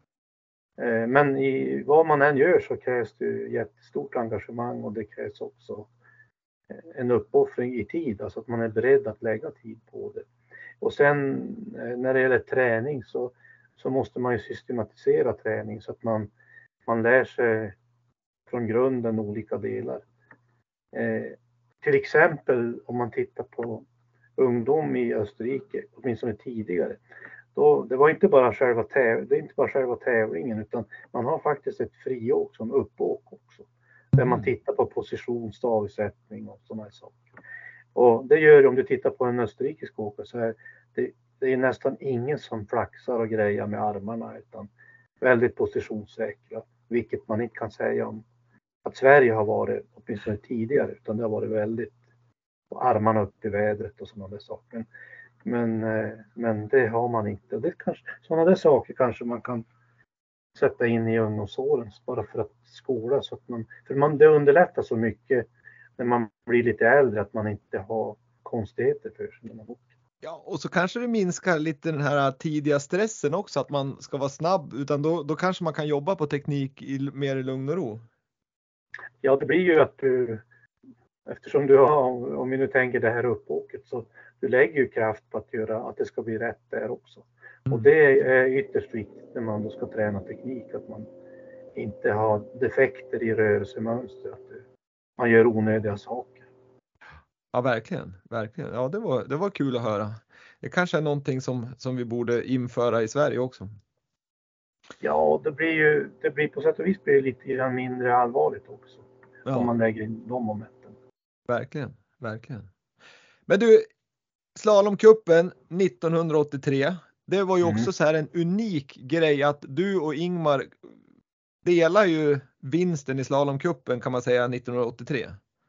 Men i vad man än gör så krävs det jättestort engagemang och det krävs också en uppoffring i tid, alltså att man är beredd att lägga tid på det. Och sen när det gäller träning så, så måste man ju systematisera träning så att man, man lär sig från grunden olika delar. Eh, till exempel om man tittar på ungdom i Österrike, åtminstone tidigare, då, det var inte bara själva, täv- det är inte bara själva tävlingen utan man har faktiskt ett friåk som uppåk också. Där man tittar på position, stavsättning och sådana här saker. Och det gör om du tittar på en österrikisk åkare så är det, det är nästan ingen som flaxar och grejer med armarna utan väldigt positionssäkra. Vilket man inte kan säga om att Sverige har varit åtminstone tidigare utan det har varit väldigt armarna upp i vädret och sådana där saker. Men, men det har man inte. Det kanske, sådana där saker kanske man kan sätta in i ungdomsåren bara för att skola så att man, för man, det underlättar så mycket när man blir lite äldre att man inte har konstigheter för sig när man åker. Ja, och så kanske det minskar lite den här tidiga stressen också, att man ska vara snabb, utan då, då kanske man kan jobba på teknik i mer i lugn och ro. Ja, det blir ju att du, eftersom du har, om vi nu tänker det här uppåket, så du lägger ju kraft på att göra att det ska bli rätt där också. Mm. Och det är ytterst viktigt när man då ska träna teknik, att man inte har defekter i rörelsemönster, att man gör onödiga saker. Ja, verkligen, verkligen. Ja, det var, det var kul att höra. Det kanske är någonting som, som vi borde införa i Sverige också. Ja, det blir ju, det blir på sätt och vis blir det lite grann mindre allvarligt också. Ja. Om man lägger in de momenten. Verkligen, verkligen. Men du, slalomcupen nittonhundraåttiotre, det var ju Mm. också så här en unik grej att du och Ingmar delar ju vinsten i slalomcupen, kan man säga, nittonhundraåttiotre.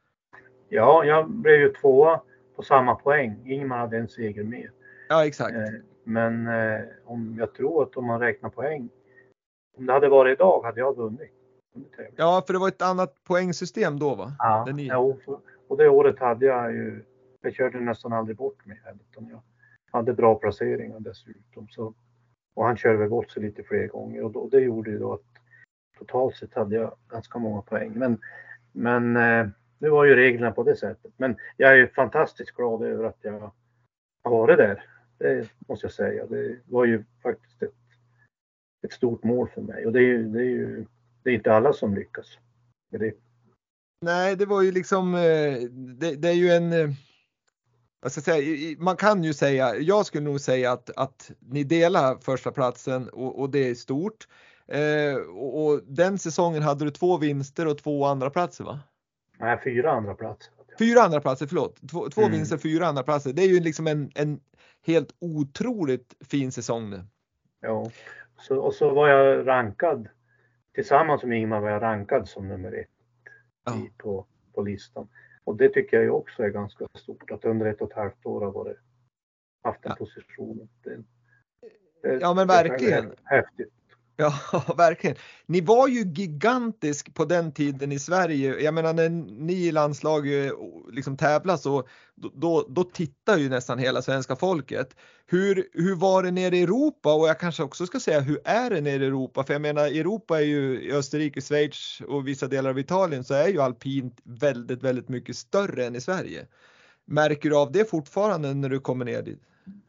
Ja, jag blev ju tvåa på samma poäng. Ingmar hade en seger mer. Ja, exakt. Eh, Men eh, om jag tror att om man räknar poäng, om det hade varit idag hade jag vunnit. Ja, för det var ett annat poängsystem då, va? Ja, Den i- jo, för- och det året hade jag ju, jag körde nästan aldrig bort mig här, utan jag hade bra placeringar dessutom. Så, och han körde väl bort sig lite fler gånger, och då, det gjorde ju då att totalt sett hade jag ganska många poäng. Men, men eh, nu var ju reglerna på det sättet. Men jag är ju fantastiskt glad över att jag har varit där. Det måste jag säga. Det var ju faktiskt ett, ett stort mål för mig. Och det är ju, det är ju det är inte alla som lyckas med det. Nej, det var ju liksom, eh, det, det är ju en, eh, vad ska jag säga, i- i- man kan ju säga, jag skulle nog säga att, att ni delar första platsen och, och det är stort. Eh, och, och den säsongen hade du två vinster och två andra platser, va? Nej, fyra andra plats. Fyra andra platser, förlåt. Två, två Mm. vinster, fyra andra platser. Det är ju liksom en, en helt otroligt fin säsong det. Ja. Så, och så var jag rankad, tillsammans med Ingmar var jag rankad som nummer ett Ja. i, på, på listan. Och det tycker jag ju också är ganska stort, att under ett och ett halvt år har varit, haft den Ja. positionen. Det, det, Ja, men det är verkligen. häftigt. Ja, verkligen. Ni var ju gigantisk på den tiden i Sverige. Jag menar, när ni i landslaget liksom tävlar så då, då, då tittar ju nästan hela svenska folket. Hur, hur var det nere i Europa? Och jag kanske också ska säga, hur är det nere i Europa? För jag menar, Europa är ju i Österrike, Schweiz och vissa delar av Italien, så är ju alpint väldigt, väldigt mycket större än i Sverige. Märker du av det fortfarande när du kommer ner dit?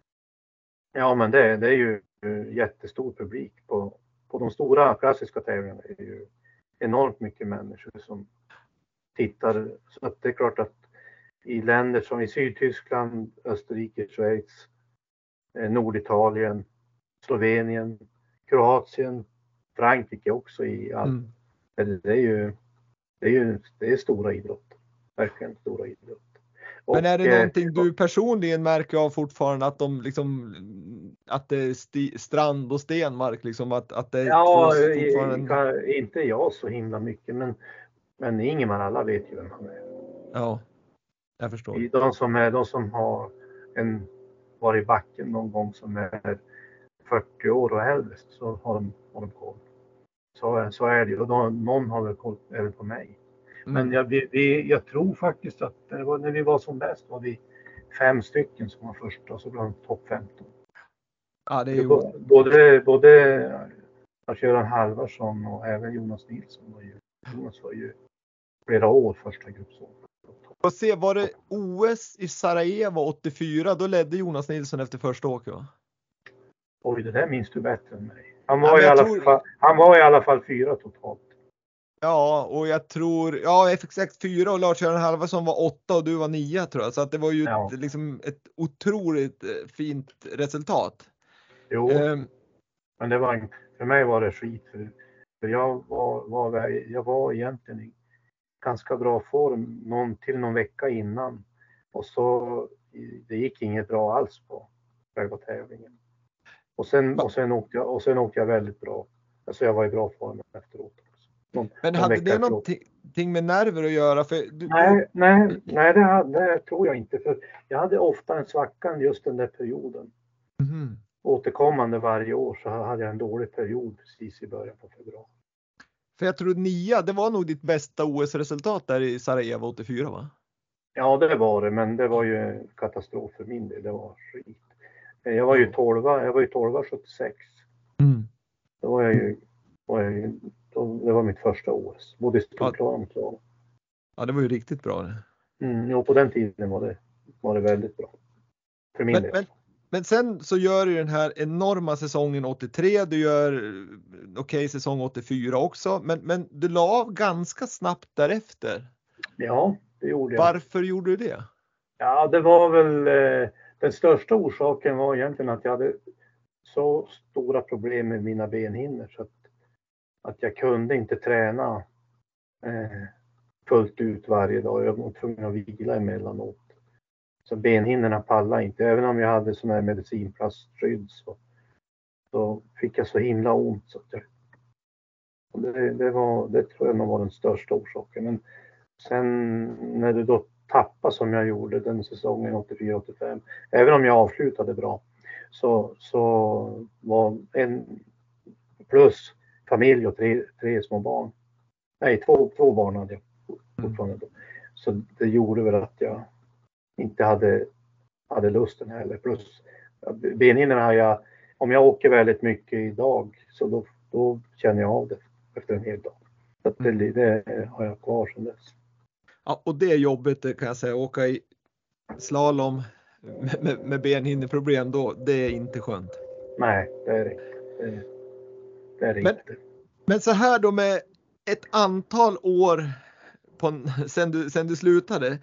Ja, men det, det är ju jättestor publik på, på de stora klassiska tävlingarna. Det är ju enormt mycket människor som tittar. Så att det är klart att i länder som i Sydtyskland, Österrike, Schweiz, eh, Norditalien, Slovenien, Kroatien, Frankrike också i allt. Mm. Det, det är ju det är ju det är stora idrott. Verkligen stora idrott. Men är det eh, någonting du personligen märker av fortfarande, att de liksom, att det är sti, strand och stenmark liksom, att, att det är Ja, två fortfarande... kan, inte jag så himla mycket, men, men Ingemar, alla vet ju vem han är. Ja, jag förstår. I de som, är, de som har en, varit i backen någon gång som är fyrtio år och äldre, så har de, har de koll. Så, är- så är det ju. Och då, någon har väl koll även på mig. Men Mm. jag, vi, vi, jag tror faktiskt att när, det var, när vi var som bäst var vi fem stycken som var första, och så blev de topp femton. Ja, det är ju... Både, både Lars-Göran Halvarsson och även Jonas Nilsson var ju, Jonas var ju flera år första gruppsår. Och se, var det O S i Sarajevo åttiofyra, då ledde Jonas Nilsson efter första åket, va? Oj, det där minns du bättre än mig. Han Ja, var, men i jag alla tror- fall, han var i alla fall fyra totalt. Ja, och jag tror, ja, exakt fyra, och Lars-Göran Halvarsson var åtta och du var nio, tror jag. Så att det var ju Ja. ett, liksom ett otroligt eh, fint resultat. Jo, Ehm, men det var, för mig var det skit. För, för jag, var, var, jag var egentligen i ganska bra form någon, till någon vecka innan. Och så det gick inget bra alls på själva tävlingen. Och sen, och, sen åkte jag, och sen åkte jag väldigt bra. Alltså jag var i bra form efteråt också. Någon, men någon hade vecka det efteråt. någonting med nerver att göra? För du, Nej, nej, nej det, hade, det tror jag inte. För jag hade ofta en svacka just den där perioden. Mhm. Återkommande varje år så hade jag en dålig period precis i början på februari. För jag tror nia, det var nog ditt bästa O S-resultat där i Sarajevo åttiofyra, va? Ja, det var det, men det var ju en katastrof för min del. Det var skit. Jag var ju tolv, jag var ju tolv sjuttiosex. Mm. Då var jag ju, var jag ju då, det var mitt första år. Både i Storklara och Klara. Ja, det var ju riktigt bra det. Mm, och på den tiden var det, var det väldigt bra. För min Men, del. men, men sen så gör du den här enorma säsongen åttiotre. Du gör okej okay, säsong åttiofyra också. Men, men du la av ganska snabbt därefter. Ja, det gjorde jag. Varför gjorde du det? Ja, det var väl eh, den största orsaken var egentligen att jag hade så stora problem med mina benhinnor så att, att jag kunde inte träna eh, fullt ut varje dag. Jag var tvungen att vila emellanåt. Så benhinnorna pallade inte. Även om jag hade sån här medicinplastskydd så, så fick jag så himla ont. Så att jag, det, det, var, det tror jag nog var den största orsaken. Men sen när du då tappa som jag gjorde den säsongen åttiofyra åttiofem. Även om jag avslutade bra så, så var en plus familj och tre, tre små barn. Nej, två, två barn hade jag fortfarande då. Så det gjorde väl att jag inte hade, hade lusten heller. Plus benhinnorna har jag, om jag åker väldigt mycket idag så då, då känner jag av det efter en hel dag. Så att det, det har jag kvar sedan dess. Ja, och det är jobbigt kan jag säga, åka i slalom med, med, med benhinneproblem då, det är inte skönt. Nej, det är det inte. Det är det men, inte. Men så här då med ett antal år på, sen, du, sen du slutade,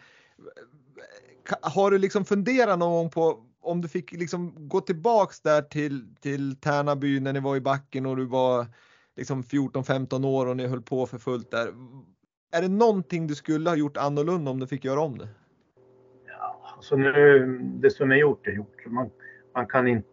har du liksom funderat någon gång på om du fick liksom gå tillbaks där till, till Tärnaby när ni var i backen och du var liksom fjorton femton år och ni höll på för fullt där? Är det någonting du skulle ha gjort annorlunda om du fick göra om det? Ja, alltså nu, det som är gjort är gjort. Man, man kan inte,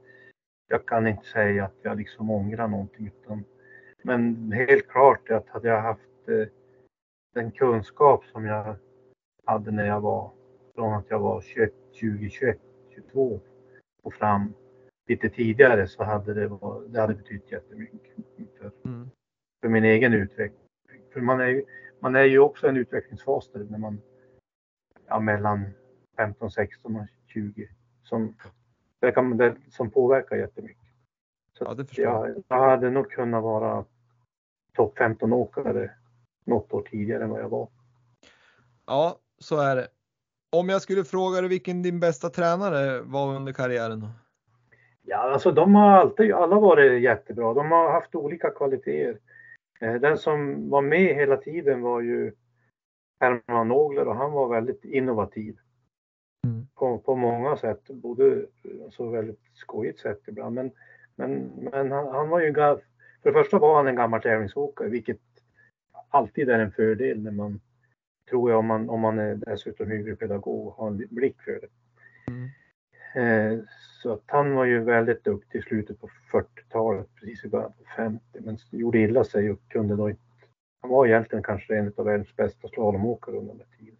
jag kan inte säga att jag liksom ångrar någonting. Utan, men helt klart att hade jag haft eh, den kunskap som jag hade när jag var, från att jag var tjugoett, tjugo, tjugoett, tjugotvå och fram lite tidigare så hade det, var, det hade betytt jättemycket för, mm. för min egen utveckling. För man är ju, man är ju också en utvecklingsfas där när man ja, mellan femton, sexton och tjugo som, det kan, det, som påverkar jättemycket. Så ja, det förstår jag. Jag hade nog kunnat vara topp femton-åkare något år tidigare än vad jag var. Ja, så är det. Om jag skulle fråga dig vilken din bästa tränare var under karriären då? Ja, alltså de har alltid, alla varit jättebra. De har haft olika kvaliteter. Den som var med hela tiden var ju Herman Nogler och han var väldigt innovativ. Mm. På, på många sätt, både så väldigt skojigt sätt ibland. Men, men, men han, han var ju, för det första var han en gammal tävlingsåkare, vilket alltid är en fördel när man, tror jag, om man, om man är dessutom hygglig pedagog och har en blick för det. Mm. Eh, så att han var ju väldigt duktig i slutet på fyrtiotalet, precis i början på femtio, men gjorde illa sig och kunde då inte, han var egentligen kanske en av världens bästa slalomåkare under den tiden.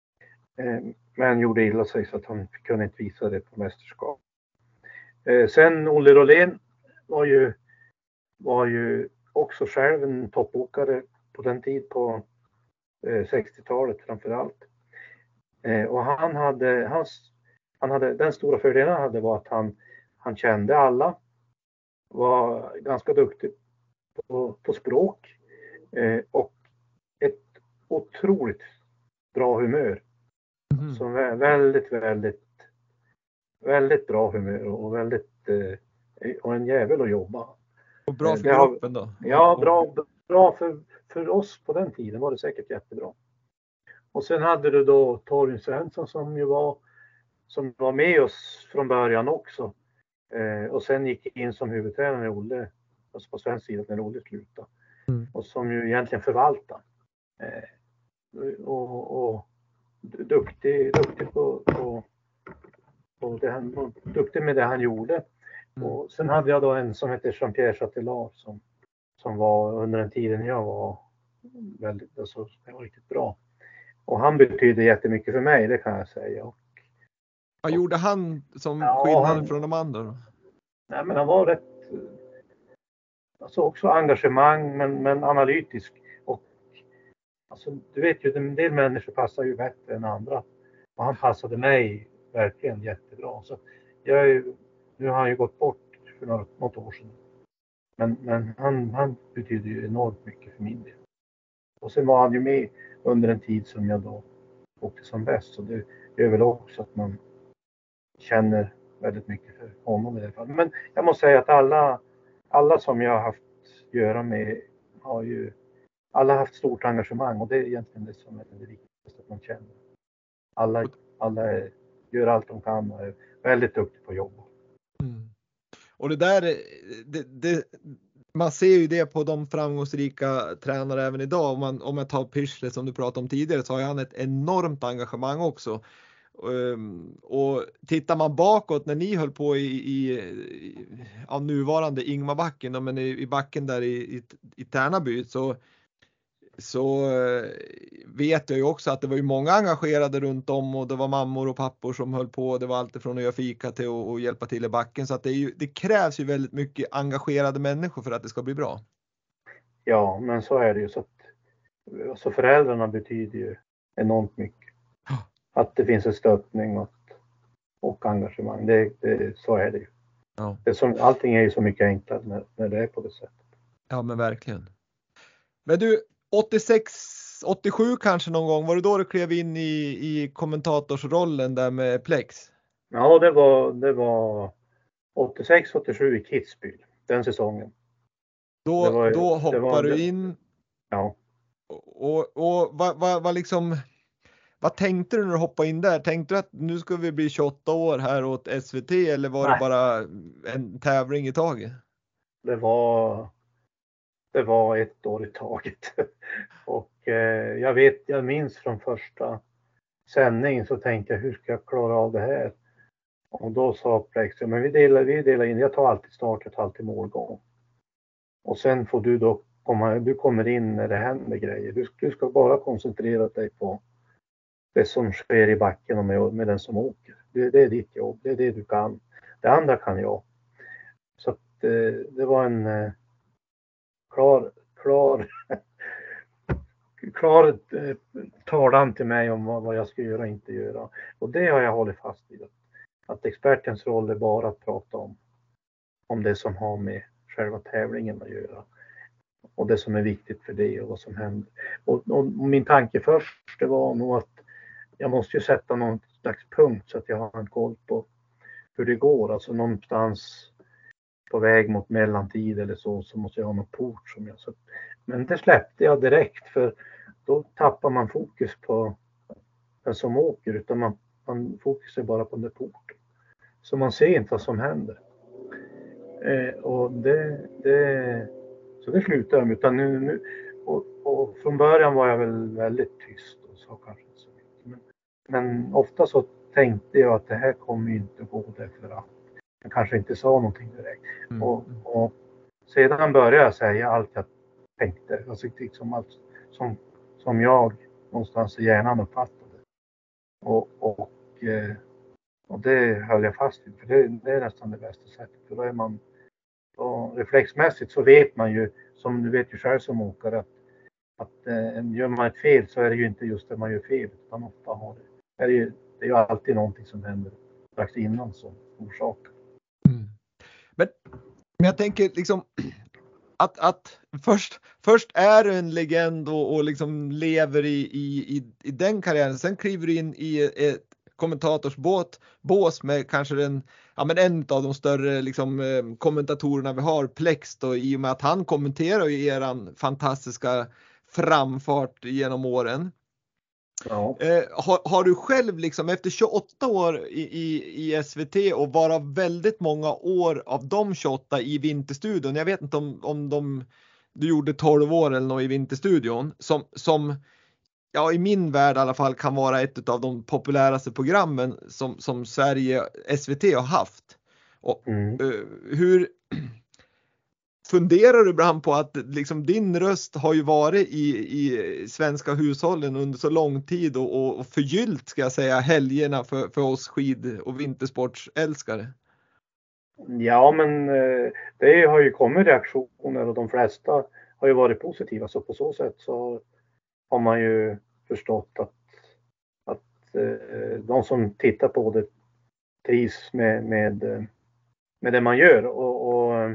Eh, men gjorde illa sig så att han kunde inte visa det på mästerskap. Eh, sen Olle Rolén var ju, var ju också själv en toppåkare på den tid på eh, sextiotalet framförallt. Eh, och han hade, hans, han hade, den stora fördelen han hade var att han, han kände alla, var ganska duktig på, på språk eh, och ett otroligt bra humör. Mm. Så väldigt, väldigt, väldigt bra humör och väldigt, eh, och en jävel att jobba. Och bra för eh, gruppen då? Ja, bra, bra för, för oss på den tiden var det säkert jättebra. Och sen hade du då Torgny Svensson som ju var, som var med oss från början också. Eh, och sen gick in som huvudtränare i Olle, alltså på svensk sida när Olle slutade. Mm. Och som ju egentligen förvaltade. Eh, och, och duktig, duktig på, på, på det han, duktig med det han gjorde. Mm. Och sen hade jag då en som heter Jean-Pierre Chatelard som, som var under den tiden jag var väldigt, alltså, det var riktigt bra. Och han betydde jättemycket för mig, det kan jag säga. Och, vad gjorde han som ja, skillnad han, från de andra då? Nej, men han var rätt, alltså också engagemang men, men analytisk. Och alltså, du vet ju, en del människor passar ju bättre än andra. Och han passade mig verkligen jättebra. Så jag är nu har han ju gått bort för något, något år sedan. Men, men han, han betyder ju enormt mycket för min del. Och sen var han ju med under en tid som jag då åkte som bäst. Så det gör väl också att man känner väldigt mycket för honom i det fallet. Men jag måste säga att alla, alla som jag har haft göra med har ju alla haft stort engagemang, och det är egentligen det som är det viktigaste, att man känner. Alla, alla är, gör allt de kan och är väldigt duktiga på jobb. Mm. Och det där, det, det, man ser ju det på de framgångsrika tränare även idag. Om man, om man tar Pichler som du pratade om tidigare, så har han ett enormt engagemang också. Um, och tittar man bakåt när ni höll på i, i, i ja, nuvarande Ingmarbacken, men i, i backen där i, i, i Tärnaby, så så vet jag ju också att det var ju många engagerade runt om, och det var mammor och pappor som höll på. Det var allt ifrån att göra fika till att och hjälpa till i backen. Så att det, är ju, det krävs ju väldigt mycket engagerade människor för att det ska bli bra. Ja, men så är det ju. Så att, alltså föräldrarna betyder ju enormt mycket. Att det finns en stöttning och, och engagemang. Det, det, så är det ju. Ja. Det som, allting är ju så mycket enklare när, när det är på det sättet. Ja, men verkligen. Men du, åttiosex åttiosju kanske någon gång, var det då du klev in i, i kommentatorsrollen där med Plex? Ja, det var, det var åttiosex åttiosju i Kitzbühel, den säsongen. Då, var, då hoppar var, du det, in. Ja. Och, och, och vad, vad, vad liksom, vad tänkte du när du hoppade in där? Tänkte du att nu ska vi bli tjugoåtta år här åt S V T, eller var Nej. det bara en tävling i taget? Det var, det var ett år i taget. Och eh, jag vet, jag minns från första sändningen så tänkte jag, hur ska jag klara av det här? Och då sa Plex, men vi delar, vi delar in, jag tar alltid start, jag tar alltid målgång. Och sen får du då komma, du kommer in när det händer grejer. Du, du ska bara koncentrera dig på det som sker i backen och med, med den som åker. Det, det är ditt jobb, det är det du kan. Det andra kan jag. Så att, eh, det var en eh, klar, klar, klar eh, talan till mig om vad, vad jag ska göra och inte göra. Och det har jag hållit fast vid. Att, att expertens roll är bara att prata om, om det som har med själva tävlingen att göra. Och det som är viktigt för det och vad som händer. Och, och min tanke först, det var nog att jag måste ju sätta någon slags punkt så att jag har en koll på hur det går. Alltså någonstans på väg mot mellantid eller så, så måste jag ha någon port som jag... Så, men det släppte jag direkt, för då tappar man fokus på den som åker, utan man, man fokuserar bara på den där porten. Så man ser inte vad som händer. Eh, och det, det, så det slutade med, utan nu, nu och, och från början var jag väl väldigt tyst och sa kanske inte så mycket. Men, men ofta så tänkte jag att det här kommer inte att gå därför att jag kanske inte sa någonting direkt. Mm. Och, och sedan började jag säga allt jag tänkte, alltså liksom allt som, som jag någonstans i hjärnan uppfattade. Och, och, och det höll jag fast vid, för det, det är nästan det bästa sättet. För då är man, då, reflexmässigt så vet man ju, som du vet ju själv som åkare, att, att eh, gör man ett fel så är det ju inte just det man gör fel, utan ofta har det. Det är ju, det är ju alltid någonting som händer strax innan som orsakar. Mm. Men, men jag tänker liksom att, att först, först är du en legend och, och liksom lever i, i, i, i den karriären. Sen kliver du in i ett kommentatorsbåt, bås med kanske den, ja, men en av de större liksom, kommentatorerna vi har, Plex då, i och med att han kommenterar ju eran fantastiska framfart genom åren. Ja. Eh, har, har du själv liksom efter tjugoåtta år i, i, i S V T och vara väldigt många år av de tjugoåtta i Vinterstudion, jag vet inte om, om de, du gjorde tolv år eller något i Vinterstudion, som, som ja, i min värld i alla fall kan vara ett av de populäraste programmen som, som Sverige, S V T har haft. Och, mm. eh, hur funderar du ibland på att liksom din röst har ju varit i, i svenska hushållen under så lång tid och, och förgyllt, ska jag säga, helgerna för, för oss skid- och vintersportsälskare? Ja, men det har ju kommit reaktioner och de flesta har ju varit positiva, så på så sätt så har man ju förstått att, att de som tittar på det trivs med, med med det man gör. Och, och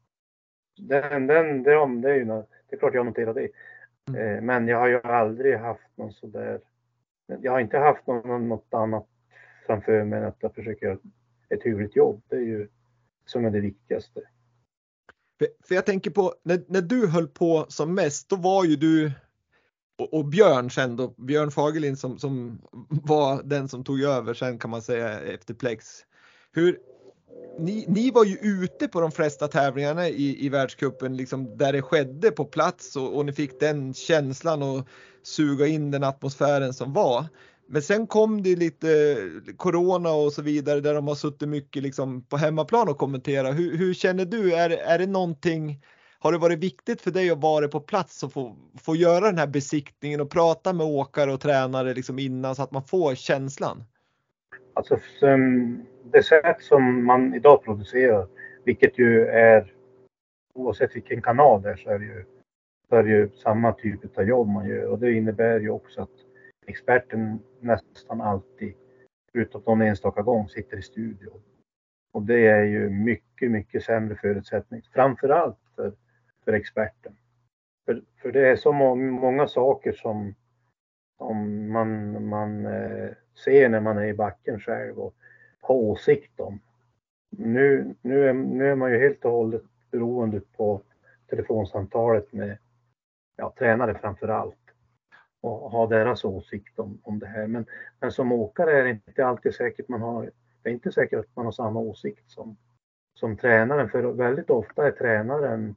den, den, det, är, det är ju det är klart jag noterar det. Mm. Men jag har ju aldrig haft någon sådär, jag har inte haft någon, något annat framför mig än att jag försöker göra ett hyggligt jobb. Det är ju som är det viktigaste. För, för jag tänker på, när, när du höll på som mest, då var ju du och, och Björn sen då, Björn Fagerlind som, som var den som tog över sen kan man säga efter Plex. Hur, ni, ni var ju ute på de flesta tävlingarna i, i världscupen liksom där det skedde på plats och, och ni fick den känslan och suga in den atmosfären som var. Men sen kom det lite corona och så vidare där de har suttit mycket liksom på hemmaplan och kommentera. Hur, hur känner du? Är, är det någonting, har det varit viktigt för dig att vara på plats och få, få göra den här besiktningen och prata med åkare och tränare liksom innan så att man får känslan? Alltså det sätt som man idag producerar, vilket ju är, oavsett vilken kanal det är, så är det ju, så är det ju samma typ av jobb man gör. Och det innebär ju också att experten nästan alltid, utom någon enstaka gång, sitter i studion. Och det är ju mycket, mycket sämre förutsättning, framförallt för, för experten. För, för det är så må, många saker som, som man, man eh, ser när man är i backen själv och har åsikt om. Nu, nu, är, nu är man ju helt och hållet beroende på telefonsamtalet med ja, tränare framförallt. Och ha deras åsikt om, om det här. Men, men som åkare är det inte alltid säkert man har, det är inte säkert att man har samma åsikt som, som tränaren. För väldigt ofta är tränaren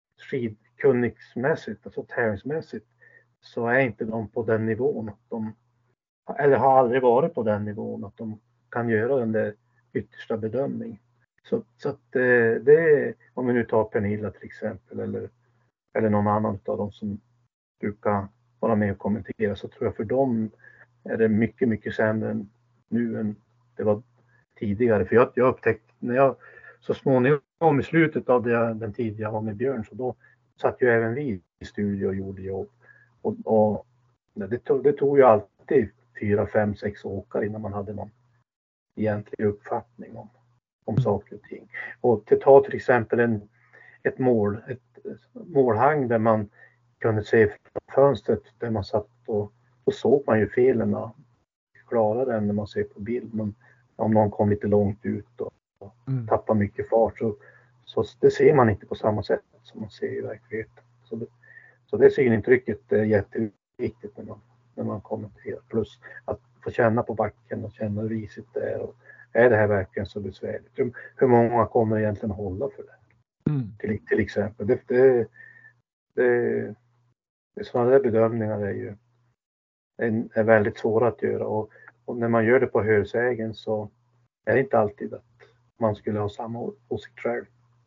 skidkunnigsmässigt, alltså tävlingsmässigt, så är inte de på den nivån att de, eller har aldrig varit på den nivån att de kan göra den där yttersta bedömningen. Så, så att det, det är, om vi nu tar Pernilla till exempel, eller, eller någon annan av dem som brukar vara med och kommentera, så tror jag för dem är det mycket, mycket sämre nu än det var tidigare. För jag, jag upptäckte, när jag så småningom i slutet av det, den tid jag var med Björn, så då satt ju även vi i studio och gjorde jobb. Och, och det, tog, det tog ju alltid fyra, fem, sex åkare innan man hade någon egentlig uppfattning om, om saker och ting. Och till ta till exempel en, ett mål, ett målhang där man kunde se från fönstret där man satt och, och såg man ju felen klarare än när man ser på bild. Men om någon kom lite långt ut och, och mm. tappade mycket fart, så, så det ser man inte på samma sätt som man ser i verkligheten. Så det, så det synintrycket är jätteviktigt när man, när man kommenterar. Plus att få känna på backen och känna hur risigt det är. Och är det här verkligen så besvärligt? Hur, hur många kommer egentligen hålla för det? Mm. Till, till exempel. Det, det, det, sådana där bedömningar är ju är, är väldigt svåra att göra. Och, och när man gör det på hörsägen så är det inte alltid att man skulle ha samma åsikt själv.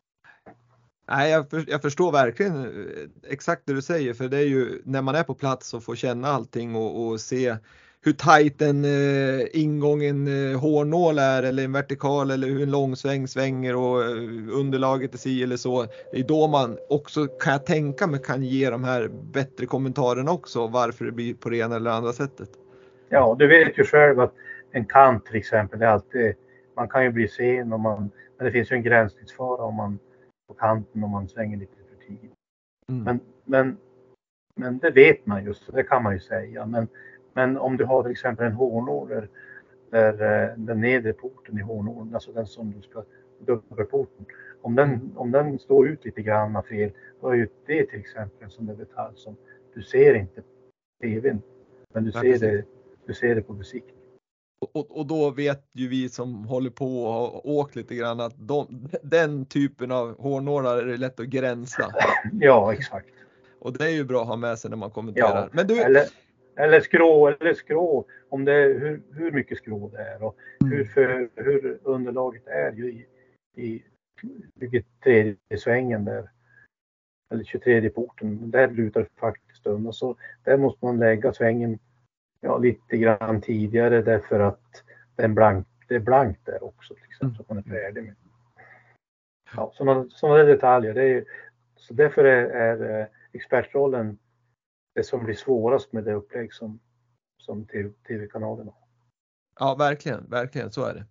Nej, jag, för, jag förstår verkligen exakt det du säger, för det är ju när man är på plats och får känna allting och, och se hur tajt en eh, ingång en eh, hårnål är eller en vertikal eller hur en långsväng svänger och eh, underlaget är si eller så. Det är då man också, kan jag tänka mig, kan ge de här bättre kommentarerna också varför det blir på det ena eller andra sättet. Ja, du vet ju själv att en kant till exempel, det är alltid, man kan ju bli sen och man, men det finns ju en gränstidsfara om man på kanten om man svänger lite för tidigt. Mm. Men, men, men det vet man ju, så det kan man ju säga. Men, men om du har till exempel en hårnål där, där den nedre porten i hårnålen, alltså den som du ska dubbelporten, om den, mm. om den står ut lite grann fel, då är ju det till exempel en sån där detalj som du ser inte på tvn, men du, ser det, du ser det på besiktning. Och, och då vet ju vi som håller på och har åkt lite grann att de, den typen av hårnålar är det lätt att gränsa. Ja, exakt. Och det är ju bra att ha med sig när man kommenterar. Ja, men du... eller, eller skrå, eller skrå, om det är hur, hur mycket skrå det är och mm. hur, för, hur underlaget är ju i, i tjugotredje svängen där, eller tjugotredje porten, där lutar det faktiskt undan. Så där måste man lägga svängen ja, lite grann tidigare därför att det är, blank, det är blankt där också till exempel, så att man är färdig med. Ja, sådana, sådana detaljer. Det är, så därför är, är expertrollen det som blir svårast med det upplägg som, som tv-kanalerna har. Ja, verkligen, verkligen, så är det.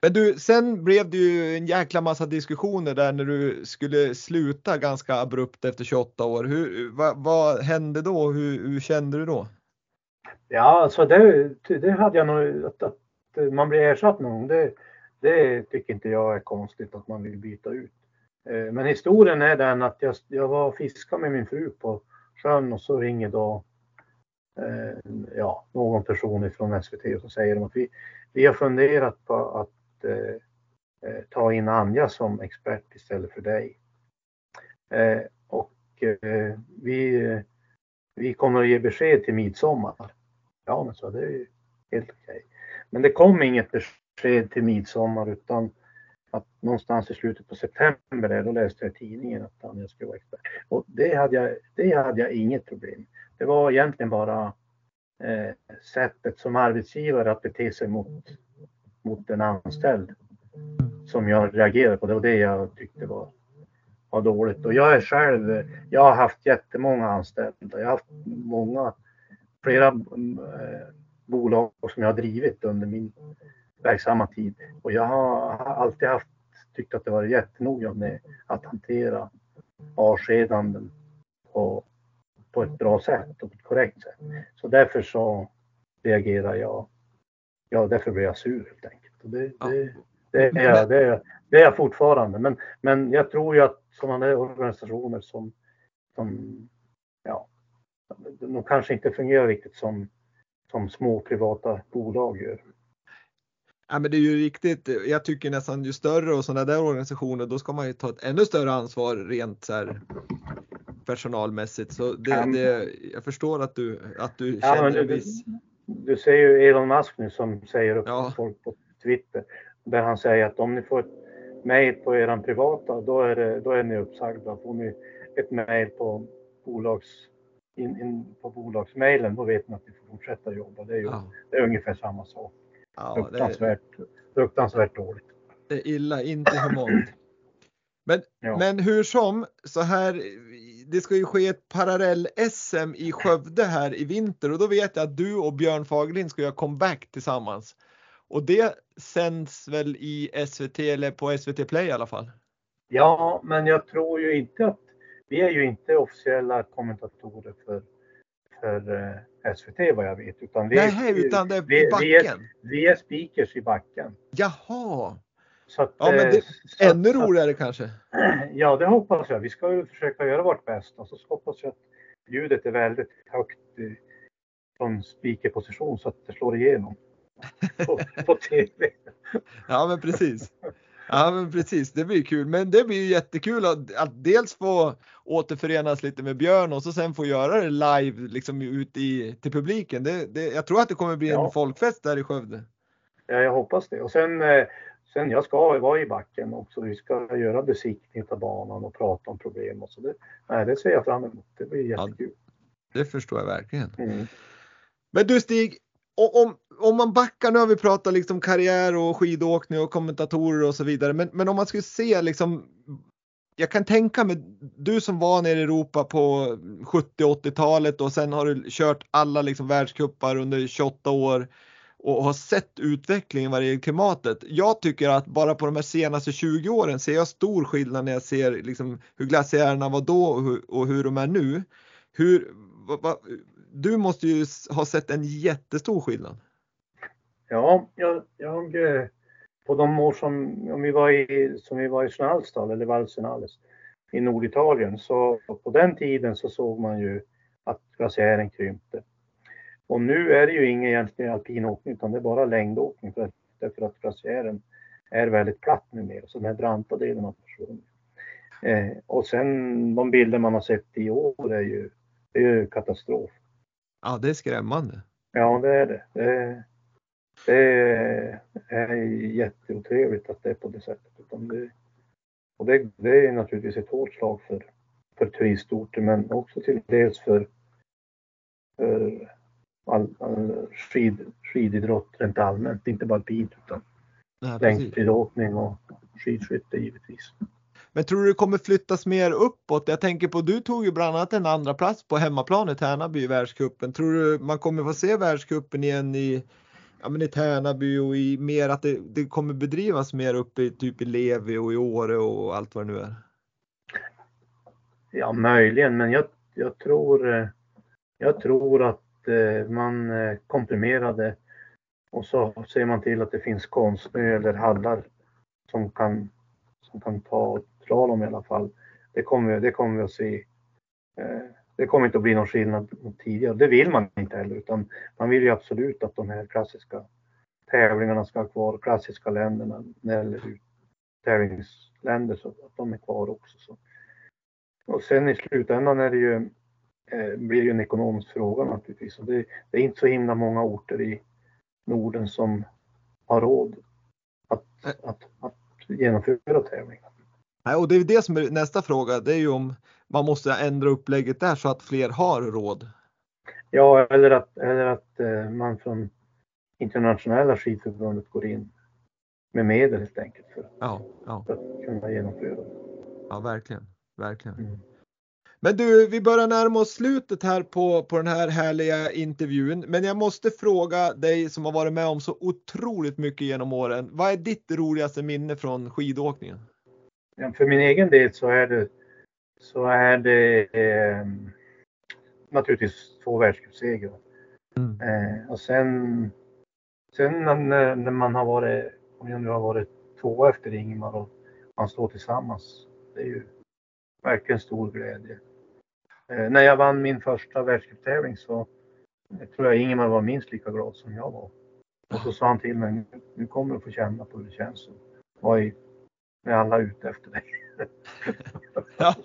Men du, sen blev det ju en jäkla massa diskussioner där när du skulle sluta ganska abrupt efter tjugoåtta år. Hur, vad, vad hände då? Hur, hur kände du då? Ja, alltså det, det hade jag nog, att, att man blir ersatt någon, det, det tycker inte jag är konstigt att man vill byta ut. Men historien är den att jag, jag var och fiskade med min fru på sjön och så ringer då eh, ja, någon person från S V T och så säger de att vi, vi har funderat på att eh, ta in Anja som expert istället för dig. Eh, och eh, vi, vi kommer att ge besked till midsommar. Ja, men så det är ju helt okej. Men det kom inget besked till midsommar utan att någonstans i slutet på september där, då läste jag i tidningen att Anja skulle vara expert. Och det hade jag, det hade jag inget problem. Det var egentligen bara eh, sättet som arbetsgivare att bete sig mot, mot en anställd som jag reagerade på. Det var det jag tyckte var, var dåligt. Och jag är själv, jag har haft jättemånga anställda. Jag har haft många, flera eh, bolag som jag har drivit under min verksamma tid. Och jag har alltid haft, tyckt att det var jättenoga med att hantera avskedanden på, på ett bra sätt och på ett korrekt sätt. Så därför så reagerar jag, ja därför blir jag sur helt enkelt. Och det, ja. det, det, är jag, det, är, det är jag fortfarande. Men, men jag tror ju att sådana där organisationer som, som ja, de kanske inte fungerar riktigt som, som små privata bolag gör. Ja, men det är ju riktigt, jag tycker nästan ju större och sådana där organisationer, då ska man ju ta ett ännu större ansvar rent så här personalmässigt. Så det, ja, det, jag förstår att du, att du ja, känner du, en viss... Du, du ser ju Elon Musk nu som säger upp ja. folk på Twitter. Där han säger att om ni får ett mejl på eran privata, då är, det, då är ni uppsagda. Får ni ett mejl på bolags... In, in på bolagsmailen, då vet man att ni får fortsätta jobba. Det är ju ja. det är ungefär samma sak. Ja, fruktansvärt, det är, fruktansvärt dåligt. Det är illa, inte humant. Men, ja. men hur som, så här, det ska ju ske ett parallell-S M i Skövde här i vinter. Och då vet jag att du och Björn Fagerlind ska göra comeback tillsammans. Och det sänds väl i S V T eller på S V T Play i alla fall? Ja, men jag tror ju inte att vi är ju inte officiella kommentatorer för, för eh, S V T vad jag vet. Utan vi, Nej, är, utan det är vi, i backen. Vi är, vi är speakers i backen. Jaha. Så att, ja, men det är så ännu att, roligare kanske. Ja, det hoppas jag. Vi ska ju försöka göra vårt bästa. Så hoppas jag att ljudet är väldigt högt i, från speakerposition så att det slår igenom på, på tv. Ja, men precis. Ja, men precis. Det blir kul. Men det blir ju jättekul att, att dels få återförenas lite med Björn och så sen få göra det live liksom ut i, till publiken. Det, det, jag tror att det kommer bli ja. en folkfest där i Skövde. Ja, jag hoppas det. Och sen, sen jag ska vara i backen också. Vi ska göra besiktning av banan och prata om problem och så. Det, nej, det ser jag fram emot. Det blir jättekul. Ja, det förstår jag verkligen. Mm. Men du Stig, om, om man backar, nu har vi pratat liksom karriär och skidåkning och kommentatorer och så vidare. Men, men om man skulle se liksom, jag kan tänka mig, du som var nere i Europa på sjuttio-åttiotalet och sen har du kört alla liksom världscuper under tjugoåtta år och har sett utvecklingen vad det gäller klimatet. Jag tycker att bara på de här senaste tjugo åren ser jag stor skillnad när jag ser liksom hur glaciärerna var då och hur, och hur de är nu. Hur, va, va, du måste ju ha sett en jättestor skillnad. Ja, jag, jag på de år som, om vi var i, som vi var i Snalsdal eller Valsenales i Norditalien, så på den tiden så såg man ju att glaciären krympte. Och nu är det ju ingen egentligen alpinåkning utan det är bara längdåkning för, därför att glaciären är väldigt platt numera. Så den här branta delen har försvunnit. Eh, och sen de bilder man har sett i år är ju, det är ju katastrof. Ja, det är skrämmande. Ja, det är det. Det, det är jätteotrevligt att det är på det sättet. Utan det, och det, det är naturligtvis ett hårt slag för, för turistorter men också till dels för, för all, all skid, skididrott rent allmänt. Inte bara alpint utan längdskidåkning och skidskytte givetvis. Men tror du det kommer flyttas mer uppåt? Jag tänker på, du tog ju bland annat en andra plats på hemmaplanet Tärnaby i världscupen. Tror du man kommer få se världscupen igen i, ja, men i Tärnaby och i mer att det, det kommer bedrivas mer uppe i typ i Levi och i Åre och allt vad det nu är? Ja, möjligen, men jag, jag tror jag tror att man komprimerade och så ser man till att det finns konstsnö eller hallar som kan, som kan ta dra dem i alla fall. Det kommer, det kommer vi att se. Det kommer inte att bli någon skillnad mot tidigare. Det vill man inte heller, utan man vill ju absolut att de här klassiska tävlingarna ska vara kvar, klassiska länderna eller tävlingsländer, så att de är kvar också. Så. Och sen i slutändan är det ju, eh, blir det ju en ekonomisk fråga naturligtvis. Och det, det är inte så himla många orter i Norden som har råd att, att, att genomföra tävlingar. Nej, och det är det som är nästa fråga. Det är ju om man måste ändra upplägget där så att fler har råd. Ja, eller att, eller att eh, man från internationella skidförbundet går in med medel helt enkelt för, ja, ja. för att kunna genomföra det. Ja, verkligen. verkligen. Mm. Men du, vi börjar närma oss slutet här på, på den här härliga intervjun. Men jag måste fråga dig som har varit med om så otroligt mycket genom åren. Vad är ditt roligaste minne från skidåkningen? Ja, för min egen del så är det, så är det eh, naturligtvis två världscupsegrar. Mm. Eh, och sen, sen när, när man har varit, om jag nu har varit två efter Ingemar och man står tillsammans, det är ju verkligen stor glädje. Eh, när jag vann min första världscuptävling så jag tror jag Ingemar var minst lika glad som jag var. Och så sa han till mig, nu kommer du få känna på hur det känns att vara i, med alla ute efter dig. Ja.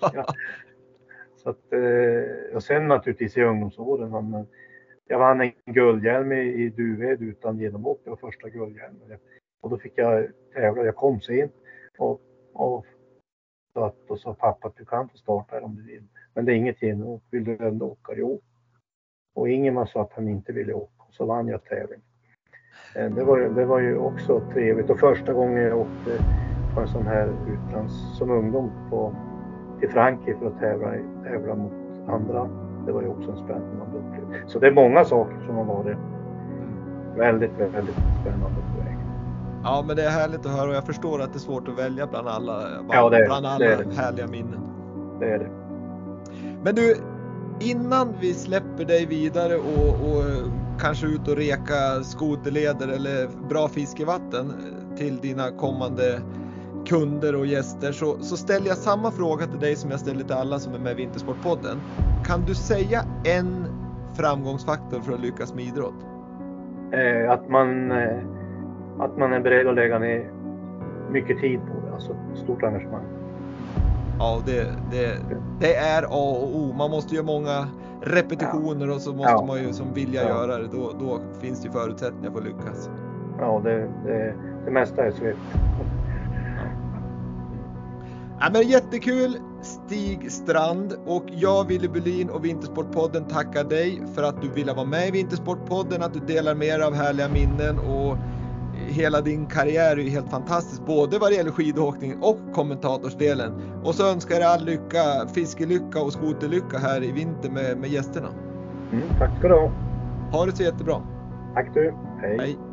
Så att, eh, och sen naturligtvis i ungdomsåren, men jag vann en guldhjälm i, i Duved utan genomåk, det var första guldhjälmen. Och då fick jag tävla, jag kom sent och, och så att, då sa pappa att du kan få starta här om du vill. Men det är inget genomåk, vill du ändå åka? Jo. Och Ingemar sa att han inte ville åka, och så vann jag tävling. Eh, det, var, det var ju också trevligt, och första gången jag åkte på en sån här utlands som ungdom på, till Frankrike för att tävla, tävla mot andra. Det var ju också en spännande upplevelse. Så det är många saker som har varit väldigt, väldigt spännande på vägen. Ja, men det är härligt att höra och jag förstår att det är svårt att välja bland alla, ja, det är, bland alla det är det. härliga minnen. Det är det. Men du, innan vi släpper dig vidare och, och kanske ut och reka skoterleder eller bra fiskevatten till dina kommande kunder och gäster, så, så ställer jag samma fråga till dig som jag ställer till alla som är med i Vintersportpodden. Kan du säga en framgångsfaktor för att lyckas med idrott? Eh, att, man, eh, att man är beredd att lägga ner mycket tid på det, alltså stort engagemang. Ja, det, det, det är A och O. Man måste göra många repetitioner ja. Och så måste ja. man ju som vilja ja. göra det. Då, då finns det ju förutsättningar för att lyckas. Ja, det, det, det mesta är svett. Ja, men jättekul Stig Strand, och jag, Ville Bylin och Vintersportpodden tackar dig för att du ville vara med i Vintersportpodden, att du delar med dig av härliga minnen, och hela din karriär är ju helt fantastisk, både vad det gäller skidåkning och kommentatorsdelen. Och så önskar jag all lycka, fiskelycka och skoterlycka här i vinter med, med gästerna. Mm, tack ska du ha. Ha det så jättebra. Tack du, hej. Hej.